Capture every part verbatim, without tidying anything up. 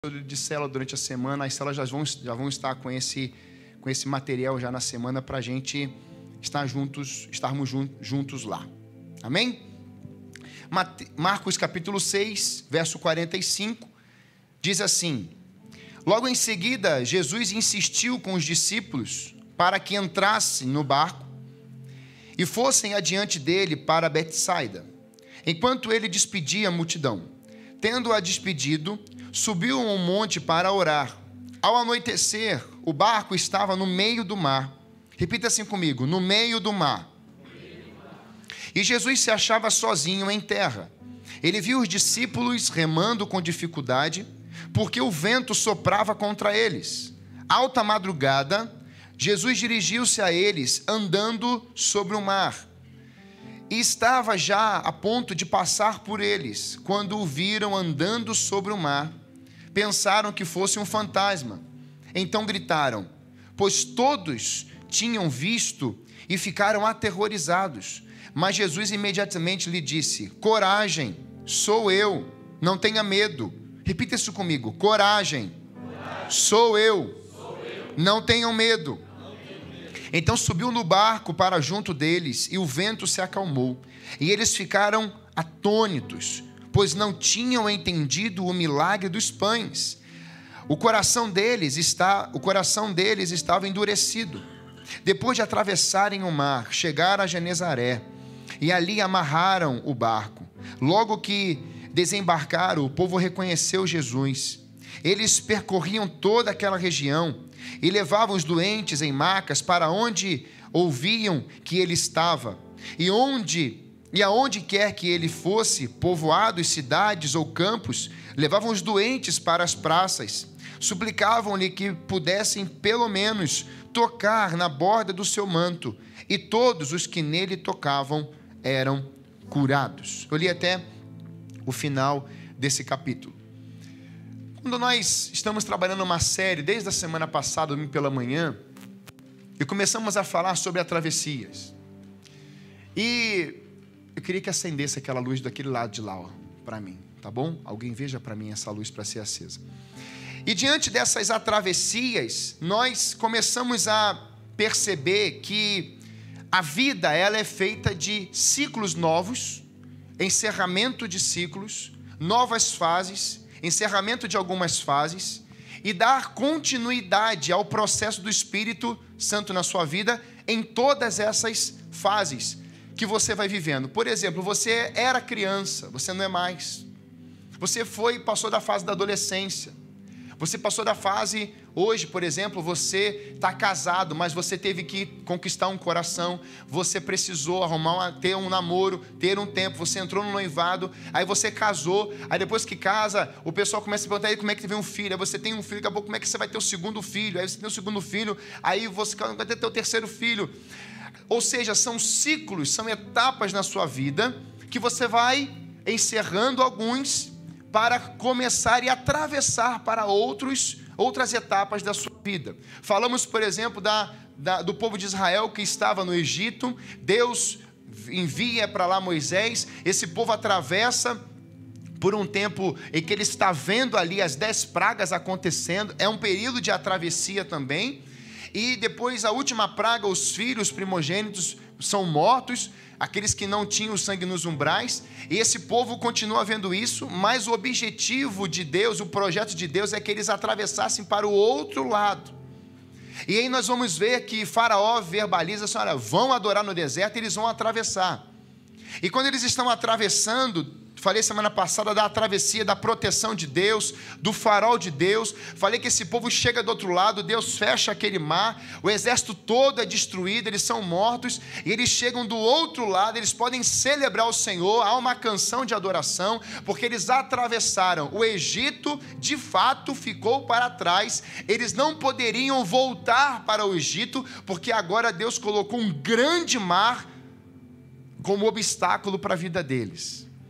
de célula durante a semana. As células já vão, já vão estar com esse, com esse material já na semana para a gente estar juntos, estarmos juntos lá. Amém? Marcos capítulo seis, verso quarenta e cinco, diz assim: logo em seguida, Jesus insistiu com os discípulos para que entrassem no barco e fossem adiante dele para Betsaida, enquanto ele despedia a multidão. Tendo-a despedido, subiu a um monte para orar. Ao anoitecer, o barco estava no meio do mar. Repita assim comigo: no meio do mar. E Jesus se achava sozinho em terra. Ele viu os discípulos remando com dificuldade, porque o vento soprava contra eles. Alta madrugada, Jesus dirigiu-se a eles, andando sobre o mar. E estava já a ponto de passar por eles, quando o viram andando sobre o mar. Pensaram que fosse um fantasma. Então gritaram, pois todos tinham visto e ficaram aterrorizados. Mas Jesus imediatamente lhe disse: coragem, sou eu, não tenha medo. Repita isso comigo: coragem, coragem. Sou, eu. sou eu, não tenham medo. Não tenho medo. Então subiu no barco para junto deles, e o vento se acalmou. E eles ficaram atônitos, pois não tinham entendido o milagre dos pães. O coração deles, está, o coração deles estava endurecido. Depois de atravessarem o mar, chegaram a Genezaré, e ali amarraram o barco. Logo que desembarcaram, o povo reconheceu Jesus. Eles percorriam toda aquela região e levavam os doentes em macas para onde ouviam que ele estava. E onde e aonde quer que ele fosse, povoados, cidades ou campos, levavam os doentes para as praças. Suplicavam-lhe que pudessem pelo menos tocar na borda do seu manto, e todos os que nele tocavam eram curados. Eu li até o final desse capítulo. Quando nós estamos trabalhando uma série, desde a semana passada, domingo pela manhã, e começamos a falar sobre as travessias. E eu queria que acendesse aquela luz daquele lado de lá, para mim, tá bom? Alguém veja para mim essa luz para ser acesa. E diante dessas travessias, nós começamos a perceber que a vida, ela é feita de ciclos novos, encerramento de ciclos, novas fases, encerramento de algumas fases, e dar continuidade ao processo do Espírito Santo na sua vida em todas essas fases que você vai vivendo. Por exemplo, você era criança, você não é mais. Você foi, passou da fase da adolescência. Você passou da fase, hoje, por exemplo, você está casado, mas você teve que conquistar um coração, você precisou arrumar, uma, ter um namoro, ter um tempo, você entrou no noivado, aí você casou, aí depois que casa, o pessoal começa a perguntar aí como é que teve um filho, aí você tem um filho, daqui a pouco como é que você vai ter o segundo filho, aí você tem o segundo filho, aí você vai ter o terceiro filho. Ou seja, são ciclos, são etapas na sua vida que você vai encerrando alguns para começar e atravessar para outros, outras etapas da sua vida. Falamos, por exemplo, da, da, do povo de Israel que estava no Egito. Deus envia para lá Moisés, esse povo atravessa por um tempo em que ele está vendo ali as dez pragas acontecendo, é um período de travessia também. E depois a última praga, os filhos primogênitos são mortos, aqueles que não tinham sangue nos umbrais, e esse povo continua vendo isso, mas o objetivo de Deus, o projeto de Deus é que eles atravessassem para o outro lado. E aí nós vamos ver que Faraó verbaliza assim: olha, vão adorar no deserto, eles vão atravessar. E quando eles estão atravessando, falei semana passada da travessia, da proteção de Deus, do farol de Deus. Falei que esse povo chega do outro lado, Deus fecha aquele mar, o exército todo é destruído, eles são mortos, e eles chegam do outro lado, eles podem celebrar o Senhor, há uma canção de adoração, porque eles atravessaram. O Egito, de fato, ficou para trás, eles não poderiam voltar para o Egito, porque agora Deus colocou um grande mar como obstáculo para a vida deles.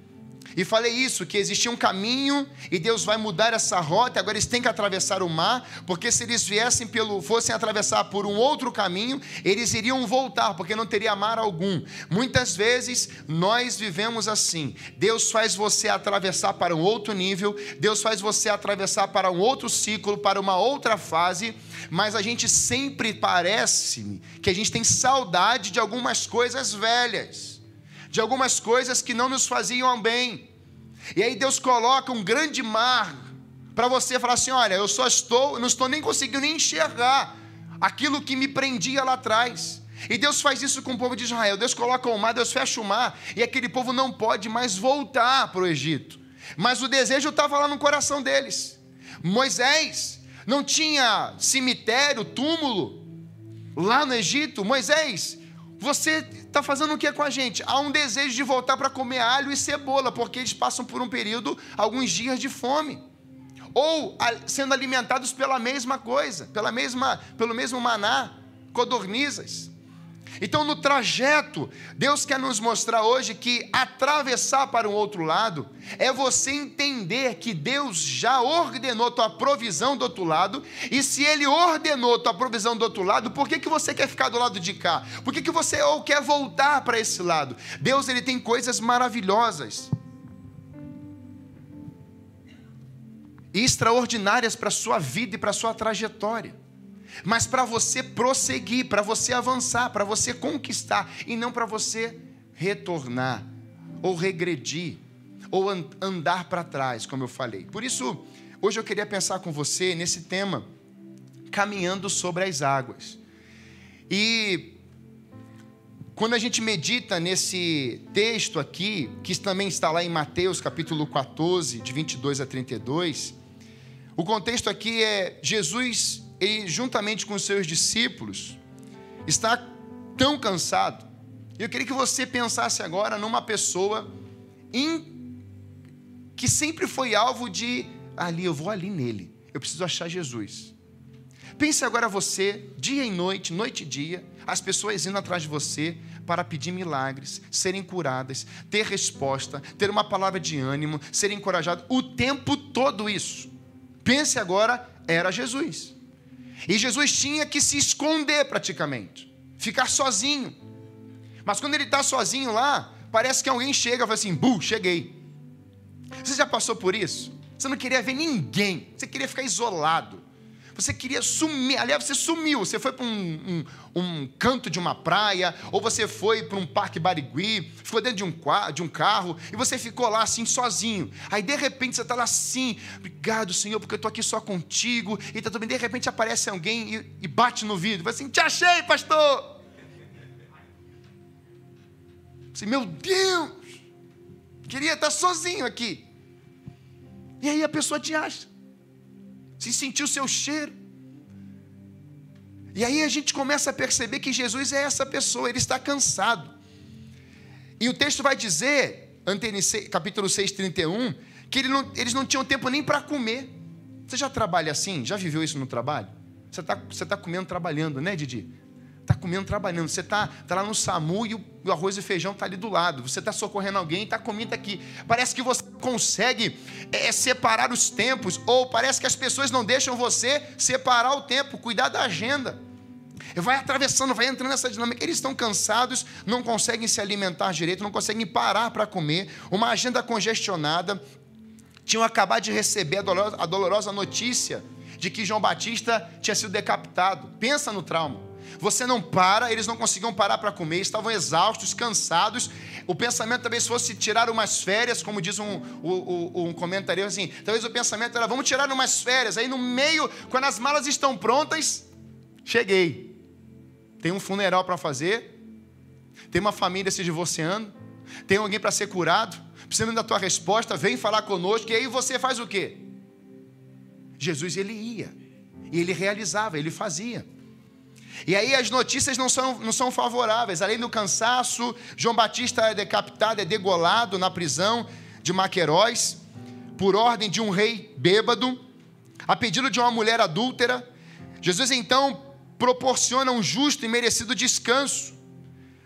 E falei isso, que existia um caminho e Deus vai mudar essa rota. Agora eles têm que atravessar o mar, porque se eles viessem pelo, fossem atravessar por um outro caminho, eles iriam voltar, porque não teria mar algum. Muitas vezes nós vivemos assim. Deus faz você atravessar para um outro nível, Deus faz você atravessar para um outro ciclo, para uma outra fase, mas a gente sempre parece que a gente tem saudade de algumas coisas velhas, de algumas coisas que não nos faziam bem. E aí Deus coloca um grande mar para você falar assim: olha, eu só estou, não estou nem conseguindo nem enxergar aquilo que me prendia lá atrás. E Deus faz isso com o povo de Israel. Deus coloca o mar, Deus fecha o mar, e aquele povo não pode mais voltar para o Egito. Mas o desejo estava lá no coração deles. Moisés não tinha cemitério, túmulo lá no Egito. Moisés, você está fazendo o que com a gente? Há um desejo de voltar para comer alho e cebola, porque eles passam por um período, alguns dias de fome, ou sendo alimentados pela mesma coisa, pela mesma, pelo mesmo maná, codornizes. Então, no trajeto, Deus quer nos mostrar hoje que atravessar para um outro lado é você entender que Deus já ordenou tua provisão do outro lado, e se Ele ordenou tua provisão do outro lado, por que, que você quer ficar do lado de cá? Por que, que você ou quer voltar para esse lado? Deus, Ele tem coisas maravilhosas e extraordinárias para a sua vida e para a sua trajetória. Mas para você prosseguir, para você avançar, para você conquistar, e não para você retornar, ou regredir, ou andar para trás, como eu falei. Por isso, hoje eu queria pensar com você nesse tema, caminhando sobre as águas. E quando a gente medita nesse texto aqui, que também está lá em Mateus capítulo quatorze, de vinte e dois a trinta e dois, o contexto aqui é Jesus, ele juntamente com os seus discípulos, está tão cansado. Eu queria que você pensasse agora numa pessoa in, que sempre foi alvo de, ali, eu vou ali nele, eu preciso achar Jesus. Pense agora você, dia e noite, noite e dia, as pessoas indo atrás de você para pedir milagres, serem curadas, ter resposta, ter uma palavra de ânimo, serem encorajados, o tempo todo isso. Pense agora, era Jesus. E Jesus tinha que se esconder praticamente, ficar sozinho. Mas quando ele está sozinho lá, parece que alguém chega e fala assim: bu, cheguei. Você já passou por isso? Você não queria ver ninguém, você queria ficar isolado. Você queria sumir, aliás, você sumiu. Você foi para um, um, um canto de uma praia, ou você foi para um parque Barigui, ficou dentro de um, de um carro, e você ficou lá assim, sozinho. Aí, de repente, você está lá assim: obrigado, Senhor, porque eu estou aqui só contigo, e está tudo bem. De repente, aparece alguém e, e bate no vidro, fala assim: te achei, pastor. Assim, meu Deus, queria estar sozinho aqui. E aí a pessoa te acha, se sentiu o seu cheiro. E aí a gente começa a perceber que Jesus é essa pessoa, ele está cansado. E o texto vai dizer, capítulo seis, trinta e um, que ele não, eles não tinham tempo nem para comer. Você já trabalha assim? Já viveu isso no trabalho? Você está você tá comendo trabalhando, né, Didi? Está comendo trabalhando. Você está tá lá no SAMU e o, o arroz e feijão está ali do lado. Você está socorrendo alguém e está comendo aqui. Parece que você consegue é, separar os tempos, ou parece que as pessoas não deixam você separar o tempo, cuidar da agenda. Vai atravessando, vai entrando nessa dinâmica. Eles estão cansados, não conseguem se alimentar direito, não conseguem parar para comer. Uma agenda congestionada. Tinham acabado de receber a dolorosa, a dolorosa notícia de que João Batista tinha sido decapitado. Pensa no trauma. Você não para, eles não conseguiam parar para comer, estavam exaustos, cansados. O pensamento talvez fosse tirar umas férias, como diz um, um, um comentarista assim, talvez o pensamento era: vamos tirar umas férias. Aí no meio, quando as malas estão prontas, cheguei. Tem um funeral para fazer, tem uma família se divorciando, tem alguém para ser curado, precisando da tua resposta, vem falar conosco. E aí você faz o quê? Jesus, ele ia, e ele realizava, ele fazia. E aí as notícias não são, não são favoráveis. Além do cansaço, João Batista é decapitado, é degolado na prisão de Maqueróis, por ordem de um rei bêbado, a pedido de uma mulher adúltera. Jesus então proporciona um justo e merecido descanso,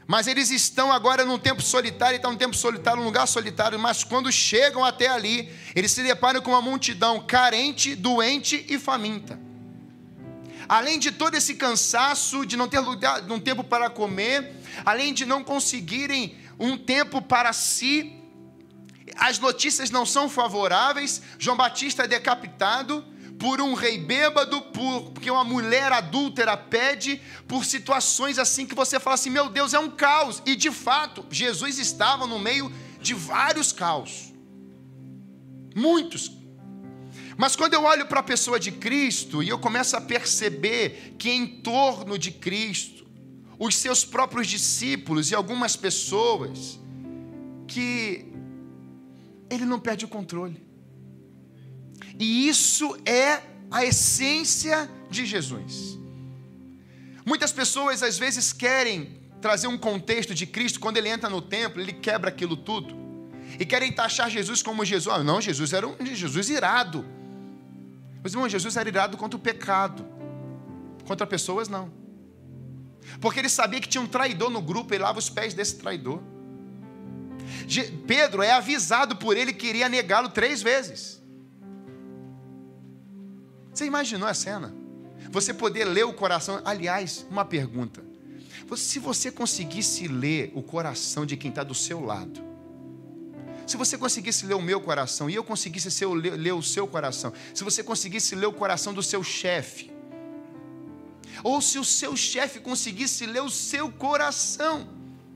Mas eles estão agora num tempo solitário, estão num tempo solitário, num lugar solitário, mas quando chegam até ali, eles se deparam com uma multidão carente, doente e faminta. Além de todo esse cansaço, de não ter lugar, um tempo para comer, além de não conseguirem um tempo para si, as notícias não são favoráveis. João Batista é decapitado por um rei bêbado, por, porque uma mulher adúltera pede, por situações assim que você fala assim, meu Deus, é um caos. E de fato, Jesus estava no meio de vários caos. Muitos. Mas quando eu olho para a pessoa de Cristo e eu começo a perceber que em torno de Cristo, os seus próprios discípulos e algumas pessoas, que ele não perde o controle. E isso é a essência de Jesus. Muitas pessoas às vezes querem trazer um contexto de Cristo. Quando ele entra no templo, ele quebra aquilo tudo e querem taxar Jesus como Jesus. Ah, não, Jesus era um Jesus irado. Mas irmão, Jesus era irado contra o pecado. Contra pessoas não. Porque ele sabia que tinha um traidor no grupo. Ele lava os pés desse traidor. Pedro é avisado por ele que iria negá-lo três vezes. Você imaginou a cena? Você poder ler o coração. Aliás, uma pergunta. Se você conseguisse ler o coração de quem está do seu lado, se você conseguisse ler o meu coração e eu conseguisse ser, ler, ler o seu coração, se você conseguisse ler o coração do seu chefe, ou se o seu chefe conseguisse ler o seu coração,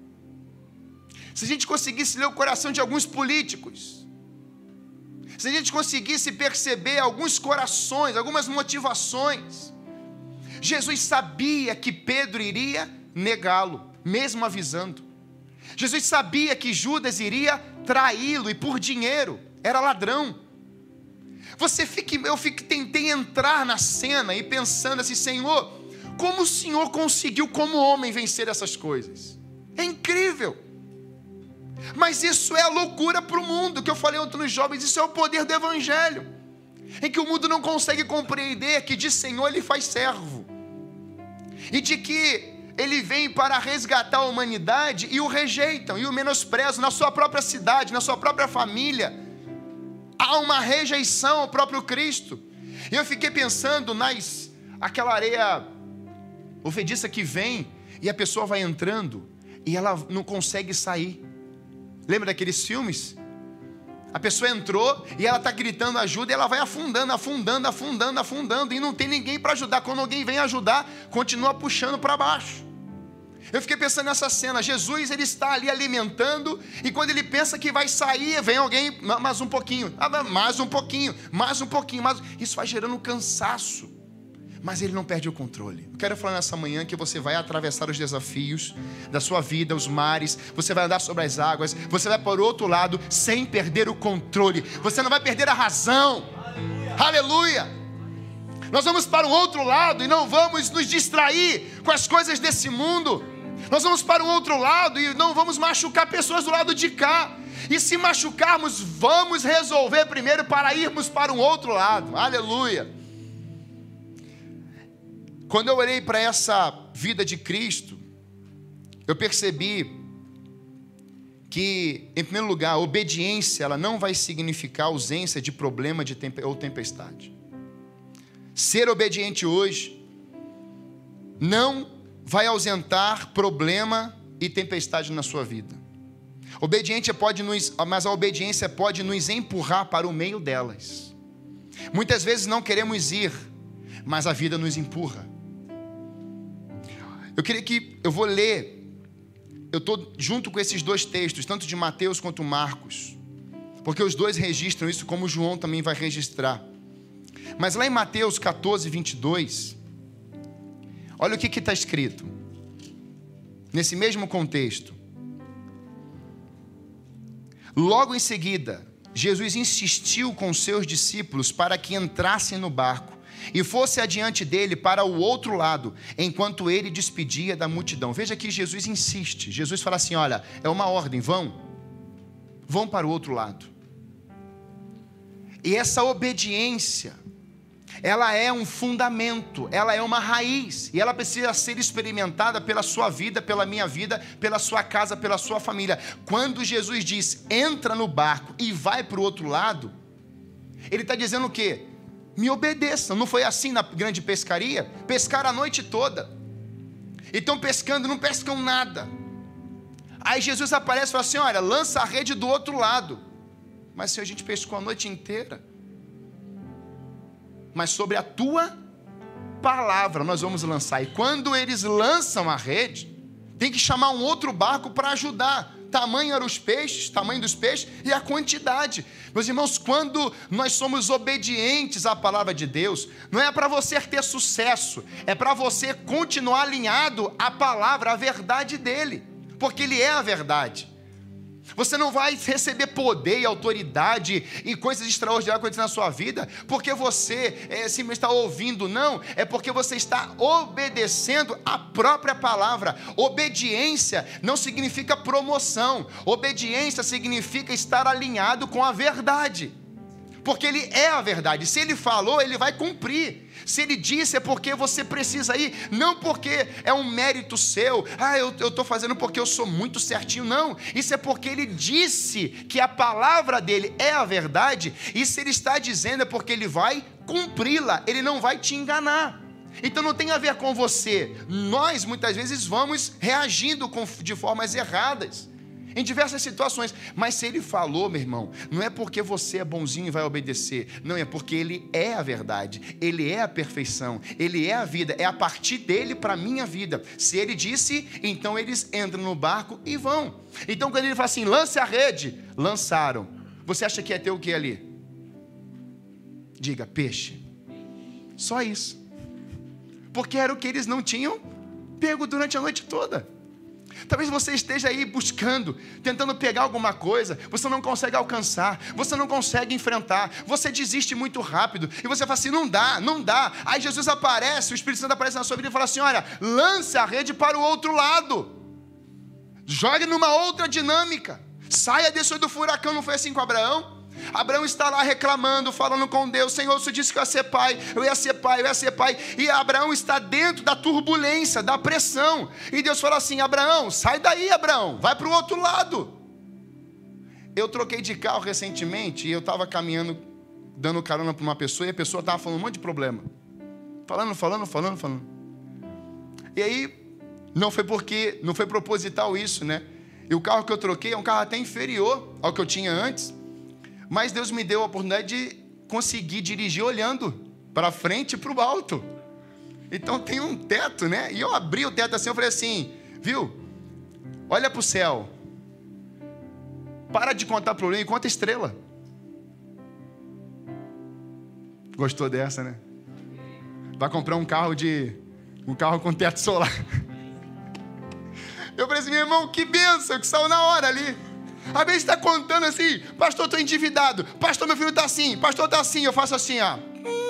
se a gente conseguisse ler o coração de alguns políticos, se a gente conseguisse perceber alguns corações, algumas motivações. Jesus sabia que Pedro iria negá-lo, mesmo avisando. Jesus sabia que Judas iria traí-lo, e por dinheiro, era ladrão. Você fica, eu fico, tentei entrar na cena e pensando assim, Senhor, como o Senhor conseguiu como homem vencer essas coisas? É incrível. Mas isso é a loucura para o mundo, que eu falei ontem nos jovens, isso é o poder do Evangelho, em que o mundo não consegue compreender que de Senhor ele faz servo, e de que ele vem para resgatar a humanidade e o rejeitam, e o menosprezam na sua própria cidade, na sua própria família. Há uma rejeição ao próprio Cristo. E eu fiquei pensando nas, aquela areia movediça que vem, e a pessoa vai entrando, e ela não consegue sair. Lembra daqueles filmes? A pessoa entrou e ela está gritando ajuda e ela vai afundando, afundando, afundando, afundando e não tem ninguém para ajudar. Quando alguém vem ajudar, continua puxando para baixo. Eu fiquei pensando nessa cena. Jesus, ele está ali alimentando e quando ele pensa que vai sair, vem alguém, mais um pouquinho, mais um pouquinho, mais um pouquinho. Mais... Isso vai gerando um cansaço. Mas ele não perde o controle. Eu quero falar nessa manhã que você vai atravessar os desafios da sua vida, os mares, você vai andar sobre as águas, você vai para o outro lado sem perder o controle. Você não vai perder a razão. Aleluia! Aleluia. Nós vamos para o outro lado e não vamos nos distrair com as coisas desse mundo. Nós vamos para o outro lado e não vamos machucar pessoas do lado de cá. E se machucarmos, vamos resolver primeiro para irmos para um outro lado. Aleluia! Quando eu olhei para essa vida de Cristo, eu percebi que, em primeiro lugar, a obediência ela não vai significar ausência de problema de temp- ou tempestade. Ser obediente hoje não vai ausentar problema e tempestade na sua vida. Obediência pode nos, mas a obediência pode nos empurrar para o meio delas. Muitas vezes não queremos ir, mas a vida nos empurra. Eu queria que, eu vou ler, eu estou junto com esses dois textos, tanto de Mateus quanto Marcos, porque os dois registram isso, como João também vai registrar. Mas lá em Mateus catorze, vinte e dois, olha o que está escrito, nesse mesmo contexto. Logo em seguida, Jesus insistiu com seus discípulos para que entrassem no barco e fosse adiante dele para o outro lado, enquanto ele despedia da multidão. Veja que Jesus insiste. Jesus fala assim, olha, é uma ordem, vão, vão para o outro lado. E essa obediência, ela é um fundamento, ela é uma raiz, e ela precisa ser experimentada pela sua vida, pela minha vida, pela sua casa, pela sua família. Quando Jesus diz, entra no barco e vai para o outro lado, Ele está dizendo o quê? Me obedeçam. Não foi assim na grande pescaria? Pescaram a noite toda, e estão pescando, não pescam nada. Aí Jesus aparece e fala assim, olha, lança a rede do outro lado. Mas Senhor, a gente pescou a noite inteira. Mas sobre a tua palavra nós vamos lançar. E quando eles lançam a rede, tem que chamar um outro barco para ajudar. Tamanho eram os peixes, tamanho dos peixes e a quantidade. Meus irmãos, quando nós somos obedientes à palavra de Deus, não é para você ter sucesso, é para você continuar alinhado à palavra, à verdade dele, porque ele é a verdade. Você não vai receber poder e autoridade e coisas extraordinárias acontecendo na sua vida porque você é, simplesmente está ouvindo, não. É porque você está obedecendo a própria palavra. Obediência não significa promoção. Obediência significa estar alinhado com a verdade. Porque ele é a verdade. Se ele falou, ele vai cumprir. Se ele disse, é porque você precisa ir. Não porque é um mérito seu. Ah, eu estou fazendo porque eu sou muito certinho. Não, isso é porque ele disse que a palavra dele é a verdade. E se ele está dizendo, é porque ele vai cumpri-la. Ele não vai te enganar. Então não tem a ver com você. Nós muitas vezes vamos reagindo com, de formas erradas em diversas situações, mas se ele falou, meu irmão, não é porque você é bonzinho e vai obedecer, não, é porque ele é a verdade, ele é a perfeição, ele é a vida, é a partir dele para a minha vida. Se ele disse, então eles entram no barco e vão. Então quando ele fala assim, lance a rede, lançaram. Você acha que ia ter o que ali? Diga, peixe. Só isso. Porque era o que eles não tinham pego durante a noite toda. Talvez você esteja aí buscando, tentando pegar alguma coisa, você não consegue alcançar, você não consegue enfrentar, você desiste muito rápido, e você fala assim, não dá, não dá. Aí Jesus aparece, o Espírito Santo aparece na sua vida e fala assim, olha, lance a rede para o outro lado, jogue numa outra dinâmica, saia desse do furacão. Não foi assim com Abraão? Abraão está lá reclamando, falando com Deus, Senhor, você disse que eu ia ser pai, eu ia ser pai, eu ia ser pai, e Abraão está dentro da turbulência, da pressão, e Deus fala assim, Abraão, sai daí, Abraão, vai para o outro lado. Eu troquei de carro recentemente, e eu estava caminhando, dando carona para uma pessoa, e a pessoa estava falando um monte de problema, falando, falando, falando, falando, e aí, não foi porque, não foi proposital isso, né, e o carro que eu troquei é um carro até inferior ao que eu tinha antes, mas Deus me deu a oportunidade de conseguir dirigir olhando para frente e para o alto. Então tem um teto, né? E eu abri o teto assim, eu falei assim, viu? Olha para o céu. Para de contar problema e conta estrela. Gostou dessa, né? Vai comprar um carro de... um carro com teto solar. Eu falei assim, meu irmão, que bênção, que saiu na hora ali. Às vezes está contando assim, pastor, estou endividado, pastor, meu filho está assim, pastor está assim, eu faço assim, ó.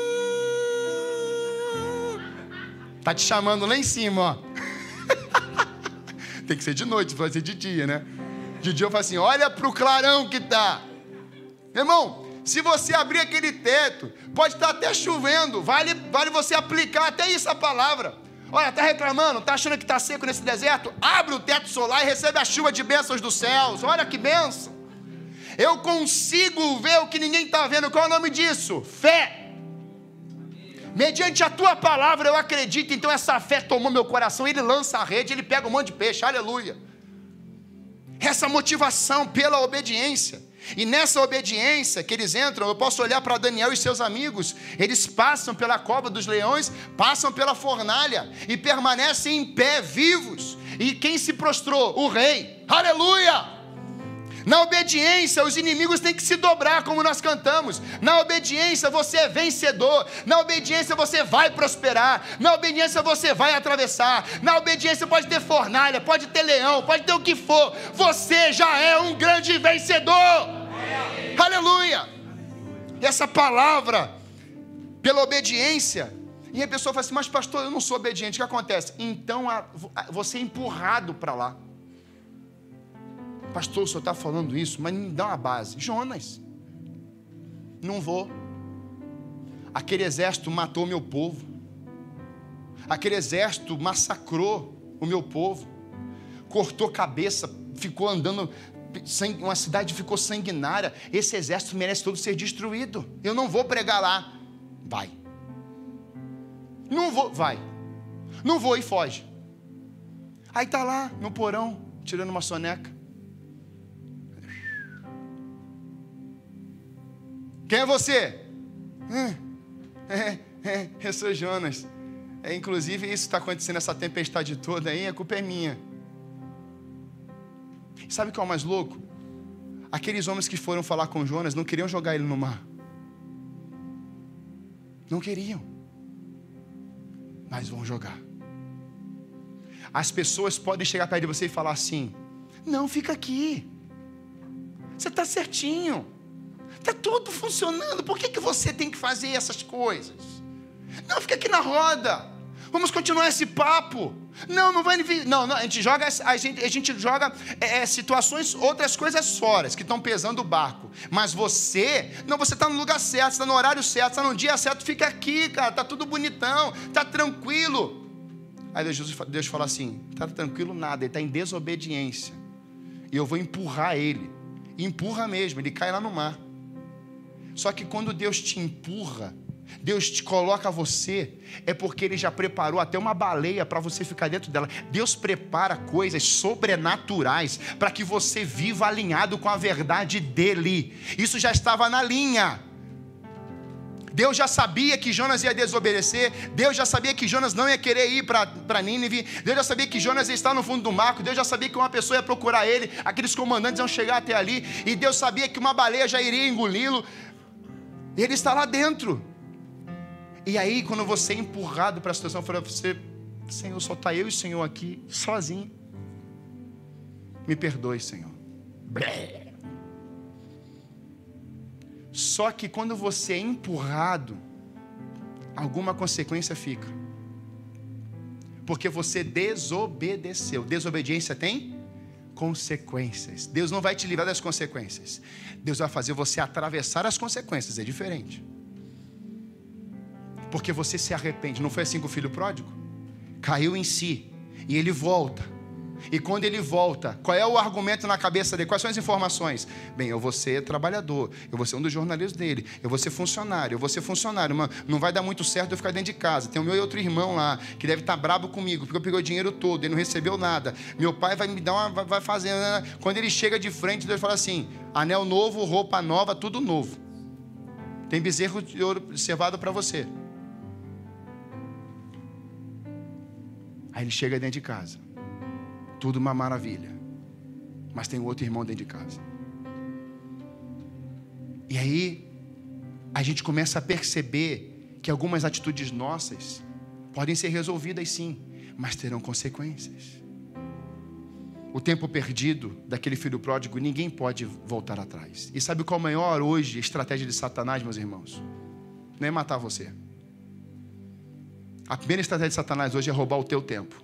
Está te chamando lá em cima, ó. Tem que ser de noite, pode ser de dia, né? De dia eu falo assim, olha para o clarão que está. Meu irmão, se você abrir aquele teto, pode estar até chovendo, vale, vale você aplicar até isso a palavra. Olha, está reclamando, está achando que está seco nesse deserto? Abre o teto solar e recebe a chuva de bênçãos dos céus. Olha que bênção. Eu consigo ver o que ninguém está vendo. Qual é o nome disso? Fé. Mediante a tua palavra eu acredito. Então essa fé tomou meu coração. Ele lança a rede, ele pega um monte de peixe. Aleluia. Essa motivação pela obediência. E nessa obediência que eles entram, eu posso olhar para Daniel e seus amigos, eles passam pela cova dos leões, passam pela fornalha e permanecem em pé, vivos. E quem se prostrou? O rei. Aleluia! Na obediência, os inimigos têm que se dobrar, como nós cantamos. Na obediência, você é vencedor. Na obediência, você vai prosperar. Na obediência, você vai atravessar. Na obediência, pode ter fornalha, pode ter leão, pode ter o que for. Você já é um grande vencedor. É. Aleluia! E essa palavra, pela obediência, e a pessoa fala assim, mas pastor, eu não sou obediente, o que acontece? Então, a, a, você é empurrado para lá. Pastor, o senhor está falando isso, mas me dá uma base. Jonas, não vou. aquele exército matou o meu povo. Aquele exército massacrou o meu povo. Cortou cabeça, ficou andando, uma cidade ficou sanguinária. Esse exército merece todo ser destruído. Eu não vou pregar lá. Vai. Não vou, vai. Não vou e foge. Aí está lá no porão, tirando uma soneca. Quem é você? É, é, é, eu sou Jonas. É, inclusive, isso está acontecendo, essa tempestade toda aí, a culpa é minha. Sabe o que é o mais louco? Aqueles homens que foram falar com Jonas não queriam jogar ele no mar. Não queriam. Mas vão jogar. As pessoas podem chegar perto de você e falar assim: não, fica aqui. Você está certinho. Está tudo funcionando. Por que, que você tem que fazer essas coisas? Não, fica aqui na roda. Vamos continuar esse papo. Não, não vai... Não, não, a gente joga, a gente, a gente joga é, situações, outras coisas fora, que estão pesando o barco. Mas você, não, você está no lugar certo, está no horário certo, está no dia certo, fica aqui, cara, está tudo bonitão, está tranquilo. Aí Deus, Deus fala assim: está tranquilo nada, ele está em desobediência. E eu vou empurrar ele. E empurra mesmo, ele cai lá no mar. Só que quando Deus te empurra, Deus te coloca você, é porque Ele já preparou até uma baleia para você ficar dentro dela. Deus prepara coisas sobrenaturais para que você viva alinhado com a verdade dEle. Isso já estava na linha. Deus já sabia que Jonas ia desobedecer. Deus já sabia que Jonas não ia querer ir para Nínive. Deus já sabia que Jonas ia estar no fundo do mar. Deus já sabia que uma pessoa ia procurar ele. Aqueles comandantes iam chegar até ali. E Deus sabia que uma baleia já iria engoli-lo. E ele está lá dentro. E aí, quando você é empurrado para a situação, fala você: Senhor, só está eu e o Senhor aqui, sozinho. Me perdoe, Senhor. Blé. Só que quando você é empurrado, alguma consequência fica. Porque você desobedeceu. Desobediência tem consequências. Deus não vai te livrar das consequências. Deus vai fazer você atravessar as consequências. É diferente. Porque você se arrepende. Não foi assim com o filho pródigo? Caiu em si. E ele volta. E quando ele volta, qual é o argumento na cabeça dele? Quais são as informações? Bem, eu vou ser trabalhador, eu vou ser um dos jornalistas dele, eu vou ser funcionário, eu vou ser funcionário. Mas não vai dar muito certo eu ficar dentro de casa. Tem o meu outro irmão lá, que deve estar brabo comigo, porque eu peguei o dinheiro todo, ele não recebeu nada. Meu pai vai me dar uma... vai fazer... Quando ele chega de frente, Deus fala assim: anel novo, roupa nova, tudo novo. Tem bezerro de ouro cevado para você. Aí ele chega dentro de casa. Tudo uma maravilha. Mas tem outro irmão dentro de casa. E aí, a gente começa a perceber que algumas atitudes nossas podem ser resolvidas sim, mas terão consequências. O tempo perdido daquele filho pródigo, ninguém pode voltar atrás. E sabe qual é a maior hoje estratégia de Satanás, meus irmãos? Não é matar você. A primeira estratégia de Satanás hoje é roubar o teu tempo.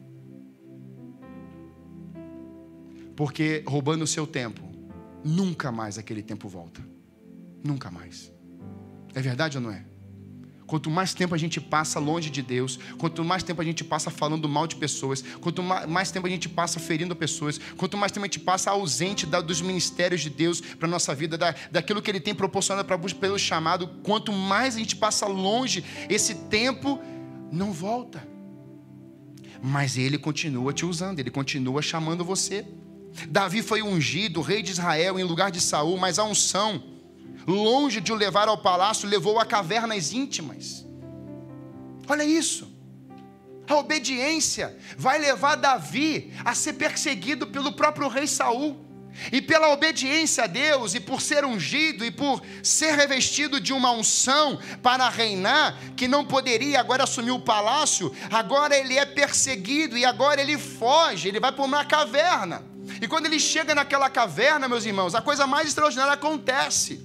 Porque roubando o seu tempo, nunca mais aquele tempo volta. Nunca mais. É verdade ou não é? Quanto mais tempo a gente passa longe de Deus, quanto mais tempo a gente passa falando mal de pessoas, quanto mais tempo a gente passa ferindo pessoas, quanto mais tempo a gente passa ausente da, dos ministérios de Deus para a nossa vida, da, daquilo que Ele tem proporcionado para buscar pelo chamado, quanto mais a gente passa longe, esse tempo não volta. Mas Ele continua te usando, Ele continua chamando você. Davi foi ungido, rei de Israel, em lugar de Saul, mas a unção, longe de o levar ao palácio, levou a cavernas íntimas. Olha isso. A obediência vai levar Davi a ser perseguido pelo próprio rei Saul. E pela obediência a Deus, e por ser ungido, e por ser revestido de uma unção para reinar, que não poderia agora assumir o palácio, agora ele é perseguido, e agora ele foge, ele vai para uma caverna. E quando ele chega naquela caverna, meus irmãos, a coisa mais extraordinária acontece.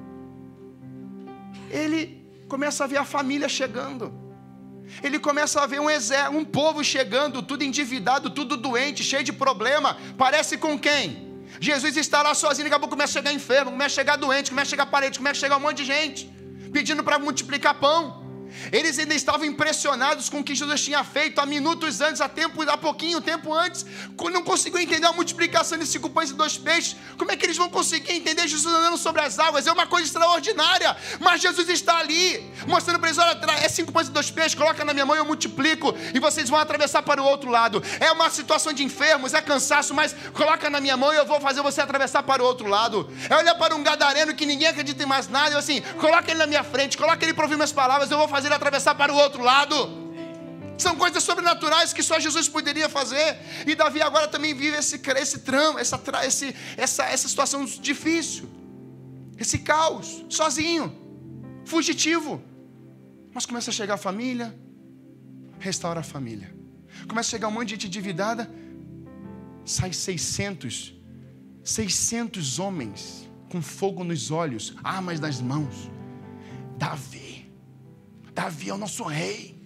Ele começa a ver a família chegando. Ele começa a ver um exército, um povo chegando, tudo endividado, tudo doente, cheio de problema. Parece com quem? Jesus está lá sozinho, daqui a pouco começa a chegar enfermo, começa a chegar doente, começa a chegar parente, começa a chegar um monte de gente. pedindo para multiplicar pão. Eles ainda estavam impressionados com o que Jesus tinha feito há minutos antes, há, tempo, há pouquinho tempo antes. Não conseguiam entender a multiplicação de cinco pães e dois peixes. Como é que eles vão conseguir entender Jesus andando sobre as águas? É uma coisa extraordinária. Mas Jesus está ali, mostrando para eles: olha, é cinco pães e dois peixes, coloca na minha mão e eu multiplico, e vocês vão atravessar para o outro lado. É uma situação de enfermos, é cansaço, mas coloca na minha mão e eu vou fazer você atravessar para o outro lado. É olhar para um gadareno que ninguém acredita em mais nada, eu assim, coloca ele na minha frente, coloca ele para ouvir minhas palavras, eu vou fazer ele atravessar para o outro lado. São coisas sobrenaturais que só Jesus poderia fazer. E Davi agora também vive esse, esse tramo, essa, esse, essa, essa situação difícil, esse caos, sozinho, fugitivo. Mas começa a chegar a família, restaura a família. Começa a chegar um monte de gente endividada, sai seiscentos, seiscentos homens com fogo nos olhos, armas nas mãos. Davi, Davi é o nosso rei.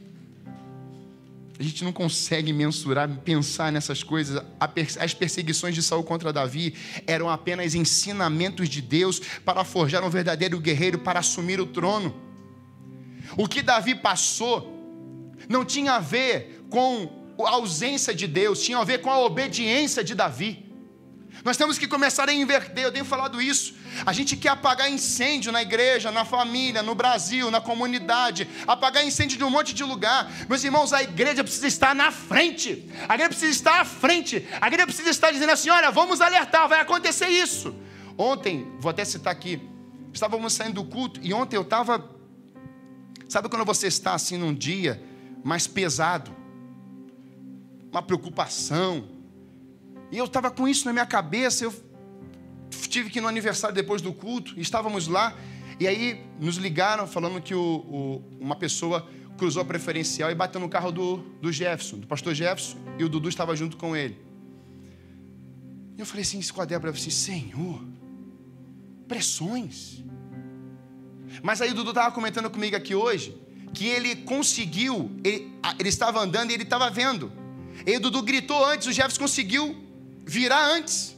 A gente não consegue mensurar, pensar nessas coisas. As perseguições de Saul contra Davi eram apenas ensinamentos de Deus para forjar um verdadeiro guerreiro para assumir o trono. O que Davi passou não tinha a ver com a ausência de Deus, tinha a ver com a obediência de Davi. Nós temos que começar a inverter, eu tenho falado isso. A gente quer apagar incêndio na igreja, na família, no Brasil, na comunidade, apagar incêndio de um monte de lugar. Meus irmãos, a igreja precisa estar na frente, a igreja precisa estar à frente, a igreja precisa estar dizendo assim: olha, vamos alertar, vai acontecer isso. Ontem, vou até citar aqui, estávamos saindo do culto e ontem eu estava, sabe quando você está assim num dia mais pesado, uma preocupação, e eu estava com isso na minha cabeça. Eu tive que ir no aniversário depois do culto, estávamos lá, e aí nos ligaram falando que o, o, uma pessoa cruzou a preferencial e bateu no carro do, do Jefferson, do pastor Jefferson, e o Dudu estava junto com ele. E eu falei assim, com a Débora, assim: Senhor, pressões. Mas aí o Dudu estava comentando comigo aqui hoje, que ele conseguiu, ele, ele estava andando e ele estava vendo. E o Dudu gritou antes, o Jefferson conseguiu virar antes.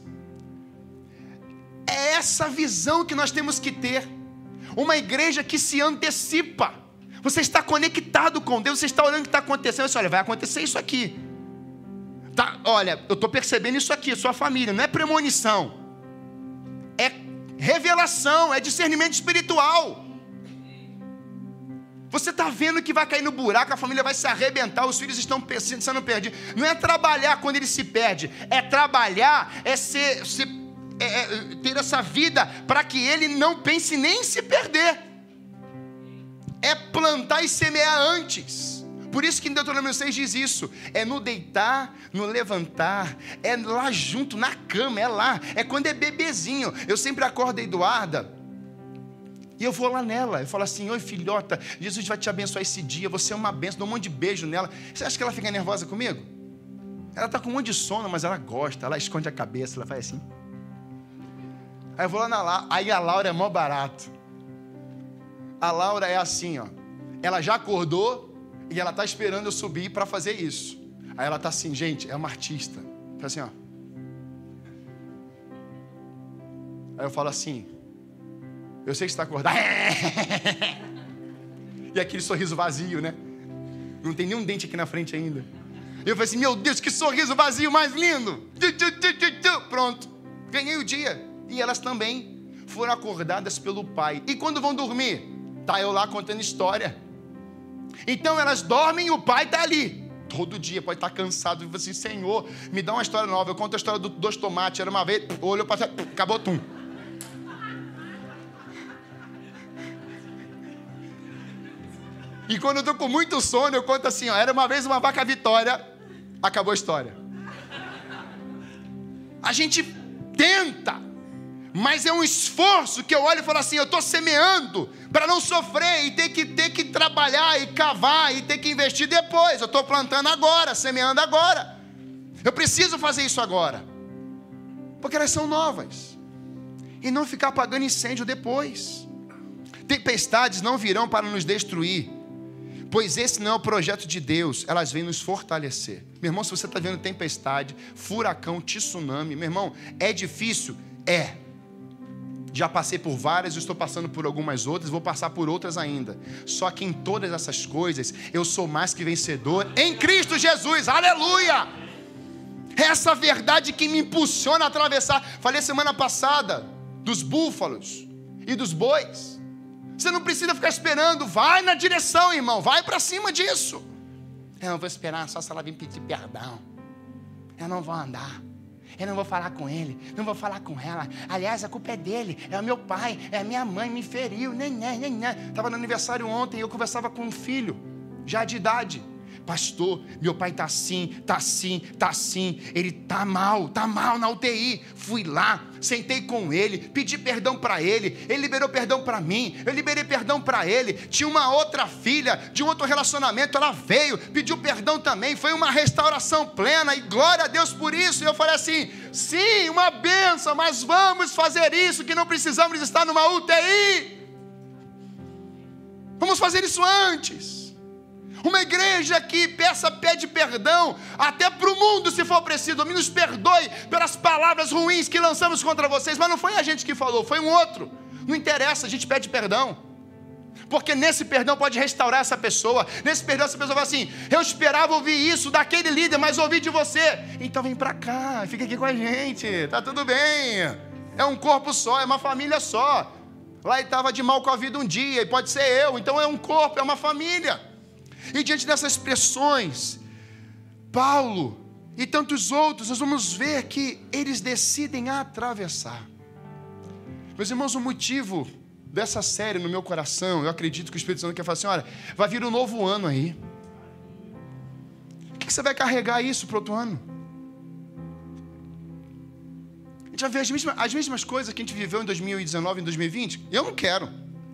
É essa visão que nós temos que ter. Uma igreja que se antecipa. Você está conectado com Deus, você está olhando o que está acontecendo. Você olha, vai acontecer isso aqui. Tá, olha, eu estou percebendo isso aqui, sua família. Não é premonição. É revelação, é discernimento espiritual. Você está vendo que vai cair no buraco, a família vai se arrebentar, os filhos estão sendo perdidos. Não é trabalhar quando ele se perde. É trabalhar, é ser... ser É, é, ter essa vida para que ele não pense nem em se perder. É plantar e semear antes. Por isso que em Deuteronômio seis diz isso. É no deitar, no levantar, é lá junto, na cama, é lá. É quando é bebezinho. Eu sempre acordo a Eduarda e eu vou lá nela. Eu falo assim: oi filhota, Jesus vai te abençoar esse dia, você é uma bênção, dou um monte de beijo nela. Você acha que ela fica nervosa comigo? Ela está com um monte de sono, mas ela gosta. Ela esconde a cabeça, ela faz assim. Aí eu vou lá na Laura, aí a Laura é mó barato. A Laura é assim, ó. Ela já acordou e ela tá esperando eu subir para fazer isso. Aí ela tá assim, gente, é uma artista. Tá assim, ó. Aí eu falo assim: eu sei que você está acordado. E aquele sorriso vazio, né? Não tem nenhum dente aqui na frente ainda. Eu falei assim: meu Deus, que sorriso vazio mais lindo. Pronto, ganhei o dia. E elas também foram acordadas pelo pai. E quando vão dormir, tá eu lá contando história. Então elas dormem e o pai tá ali. Todo dia pode estar cansado e assim: Senhor, me dá uma história nova. Eu conto a história dos dois tomates. Era uma vez, olhou para acabou tum. E quando eu tô com muito sono, eu conto assim, ó: era uma vez uma vaca Vitória, acabou a história. A gente tenta, mas é um esforço que eu olho e falo assim: eu estou semeando para não sofrer e ter que, ter que trabalhar e cavar e ter que investir depois. Eu estou plantando agora, semeando agora. Eu preciso fazer isso agora, porque elas são novas. E não ficar apagando incêndio depois. Tempestades não virão para nos destruir, pois esse não é o projeto de Deus. Elas vêm nos fortalecer. Meu irmão, se você está vendo tempestade, furacão, tsunami, meu irmão, é difícil? É. Já passei por várias, estou passando por algumas outras, vou passar por outras ainda. Só que em todas essas coisas, eu sou mais que vencedor em Cristo Jesus. Aleluia! Essa verdade que me impulsiona a atravessar. Falei semana passada dos búfalos e dos bois. Você não precisa ficar esperando, vai na direção, irmão, vai para cima disso. Eu não vou esperar só se ela vir pedir perdão. Eu não vou andar. Eu não vou falar com ele, não vou falar com ela. Aliás, a culpa é dele, é o meu pai, é a minha mãe, me feriu. Estava no aniversário ontem, eu conversava com um filho, já de idade. Pastor, meu pai está assim, está assim, está assim. Ele está mal, está mal na U T I. Fui lá, sentei com ele, pedi perdão para ele. Ele liberou perdão para mim, eu liberei perdão para ele. Tinha uma outra filha de um outro relacionamento, ela veio, pediu perdão também. Foi uma restauração plena e glória a Deus por isso. E eu falei assim, sim, uma bênção, mas vamos fazer isso, que não precisamos estar numa U T I. Vamos fazer isso antes. Uma igreja que peça, pede perdão até para o mundo, se for preciso. Me nos perdoe pelas palavras ruins que lançamos contra vocês. Mas não foi a gente que falou, foi um outro. Não interessa, a gente pede perdão. Porque nesse perdão pode restaurar essa pessoa. Nesse perdão essa pessoa fala assim, eu esperava ouvir isso daquele líder, mas ouvi de você. Então vem para cá, fica aqui com a gente, tá tudo bem. É um corpo só, é uma família só. Lá ele estava de mal com a vida um dia, e pode ser eu. Então é um corpo, é uma família. E diante dessas pressões, Paulo e tantos outros, nós vamos ver que eles decidem atravessar. Meus irmãos, o motivo dessa série no meu coração, eu acredito que o Espírito Santo quer falar assim, olha, vai vir um novo ano aí. O que você vai carregar isso para o outro ano? A gente vai ver as mesmas, as mesmas coisas que a gente viveu em dois mil e dezenove, em dois mil e vinte. Eu não quero.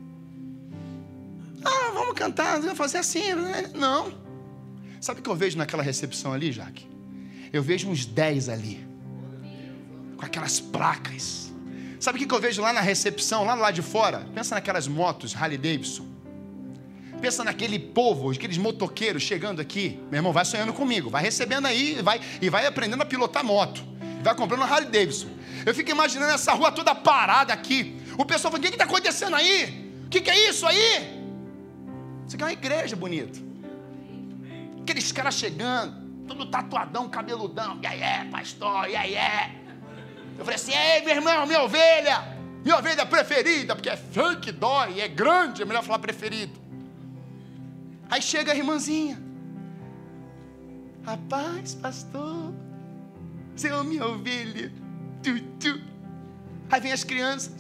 Ah, vamos cantar, vamos fazer assim. Não. Sabe o que eu vejo naquela recepção ali, Jaque? Eu vejo uns dez ali, com aquelas placas. Sabe o que eu vejo lá na recepção, lá do lado de fora? Pensa naquelas motos Harley Davidson. Pensa naquele povo, aqueles motoqueiros chegando aqui. Meu irmão, vai sonhando comigo. Vai recebendo aí vai, e vai aprendendo a pilotar moto. Vai comprando uma Harley Davidson. Eu fico imaginando essa rua toda parada aqui. O pessoal fala, o que está acontecendo aí? O que, que é isso aí? Isso aqui é uma igreja bonita. Aqueles caras chegando, todo tatuadão, cabeludão. E aí é, pastor, e aí é. Eu falei assim, ei, meu irmão, minha ovelha. Minha ovelha preferida, porque é funk, dói, é grande, é melhor falar preferido. Aí chega a irmãzinha. Rapaz, pastor, você é minha ovelha. Tu, tu. Aí vem as crianças.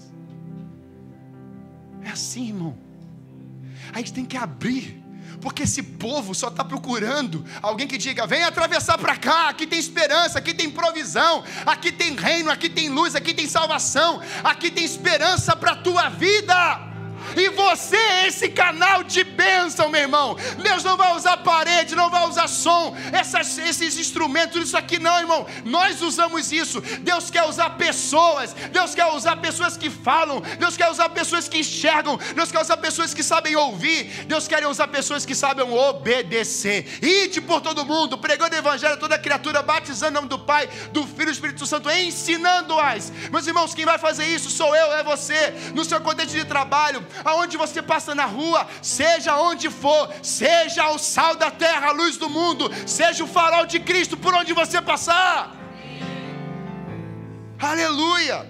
É assim, irmão. A gente tem que abrir, porque esse povo só está procurando alguém que diga, vem atravessar para cá, aqui tem esperança, aqui tem provisão, aqui tem reino, aqui tem luz, aqui tem salvação, aqui tem esperança para a tua vida. E você é esse canal de bênção, meu irmão. Deus não vai usar parede, não vai usar som, essas, esses instrumentos, isso aqui não, irmão. Nós usamos isso. Deus quer usar pessoas. Deus quer usar pessoas que falam. Deus quer usar pessoas que enxergam. Deus quer usar pessoas que sabem ouvir. Deus quer usar pessoas que sabem obedecer. Ide por todo mundo, pregando o evangelho a toda criatura, batizando em nome do Pai, do Filho e do Espírito Santo, ensinando-as. Meus irmãos, quem vai fazer isso sou eu, é você. No seu contexto de trabalho, aonde você passa na rua, seja onde for, seja o sal da terra, a luz do mundo, seja o farol de Cristo por onde você passar. Aleluia.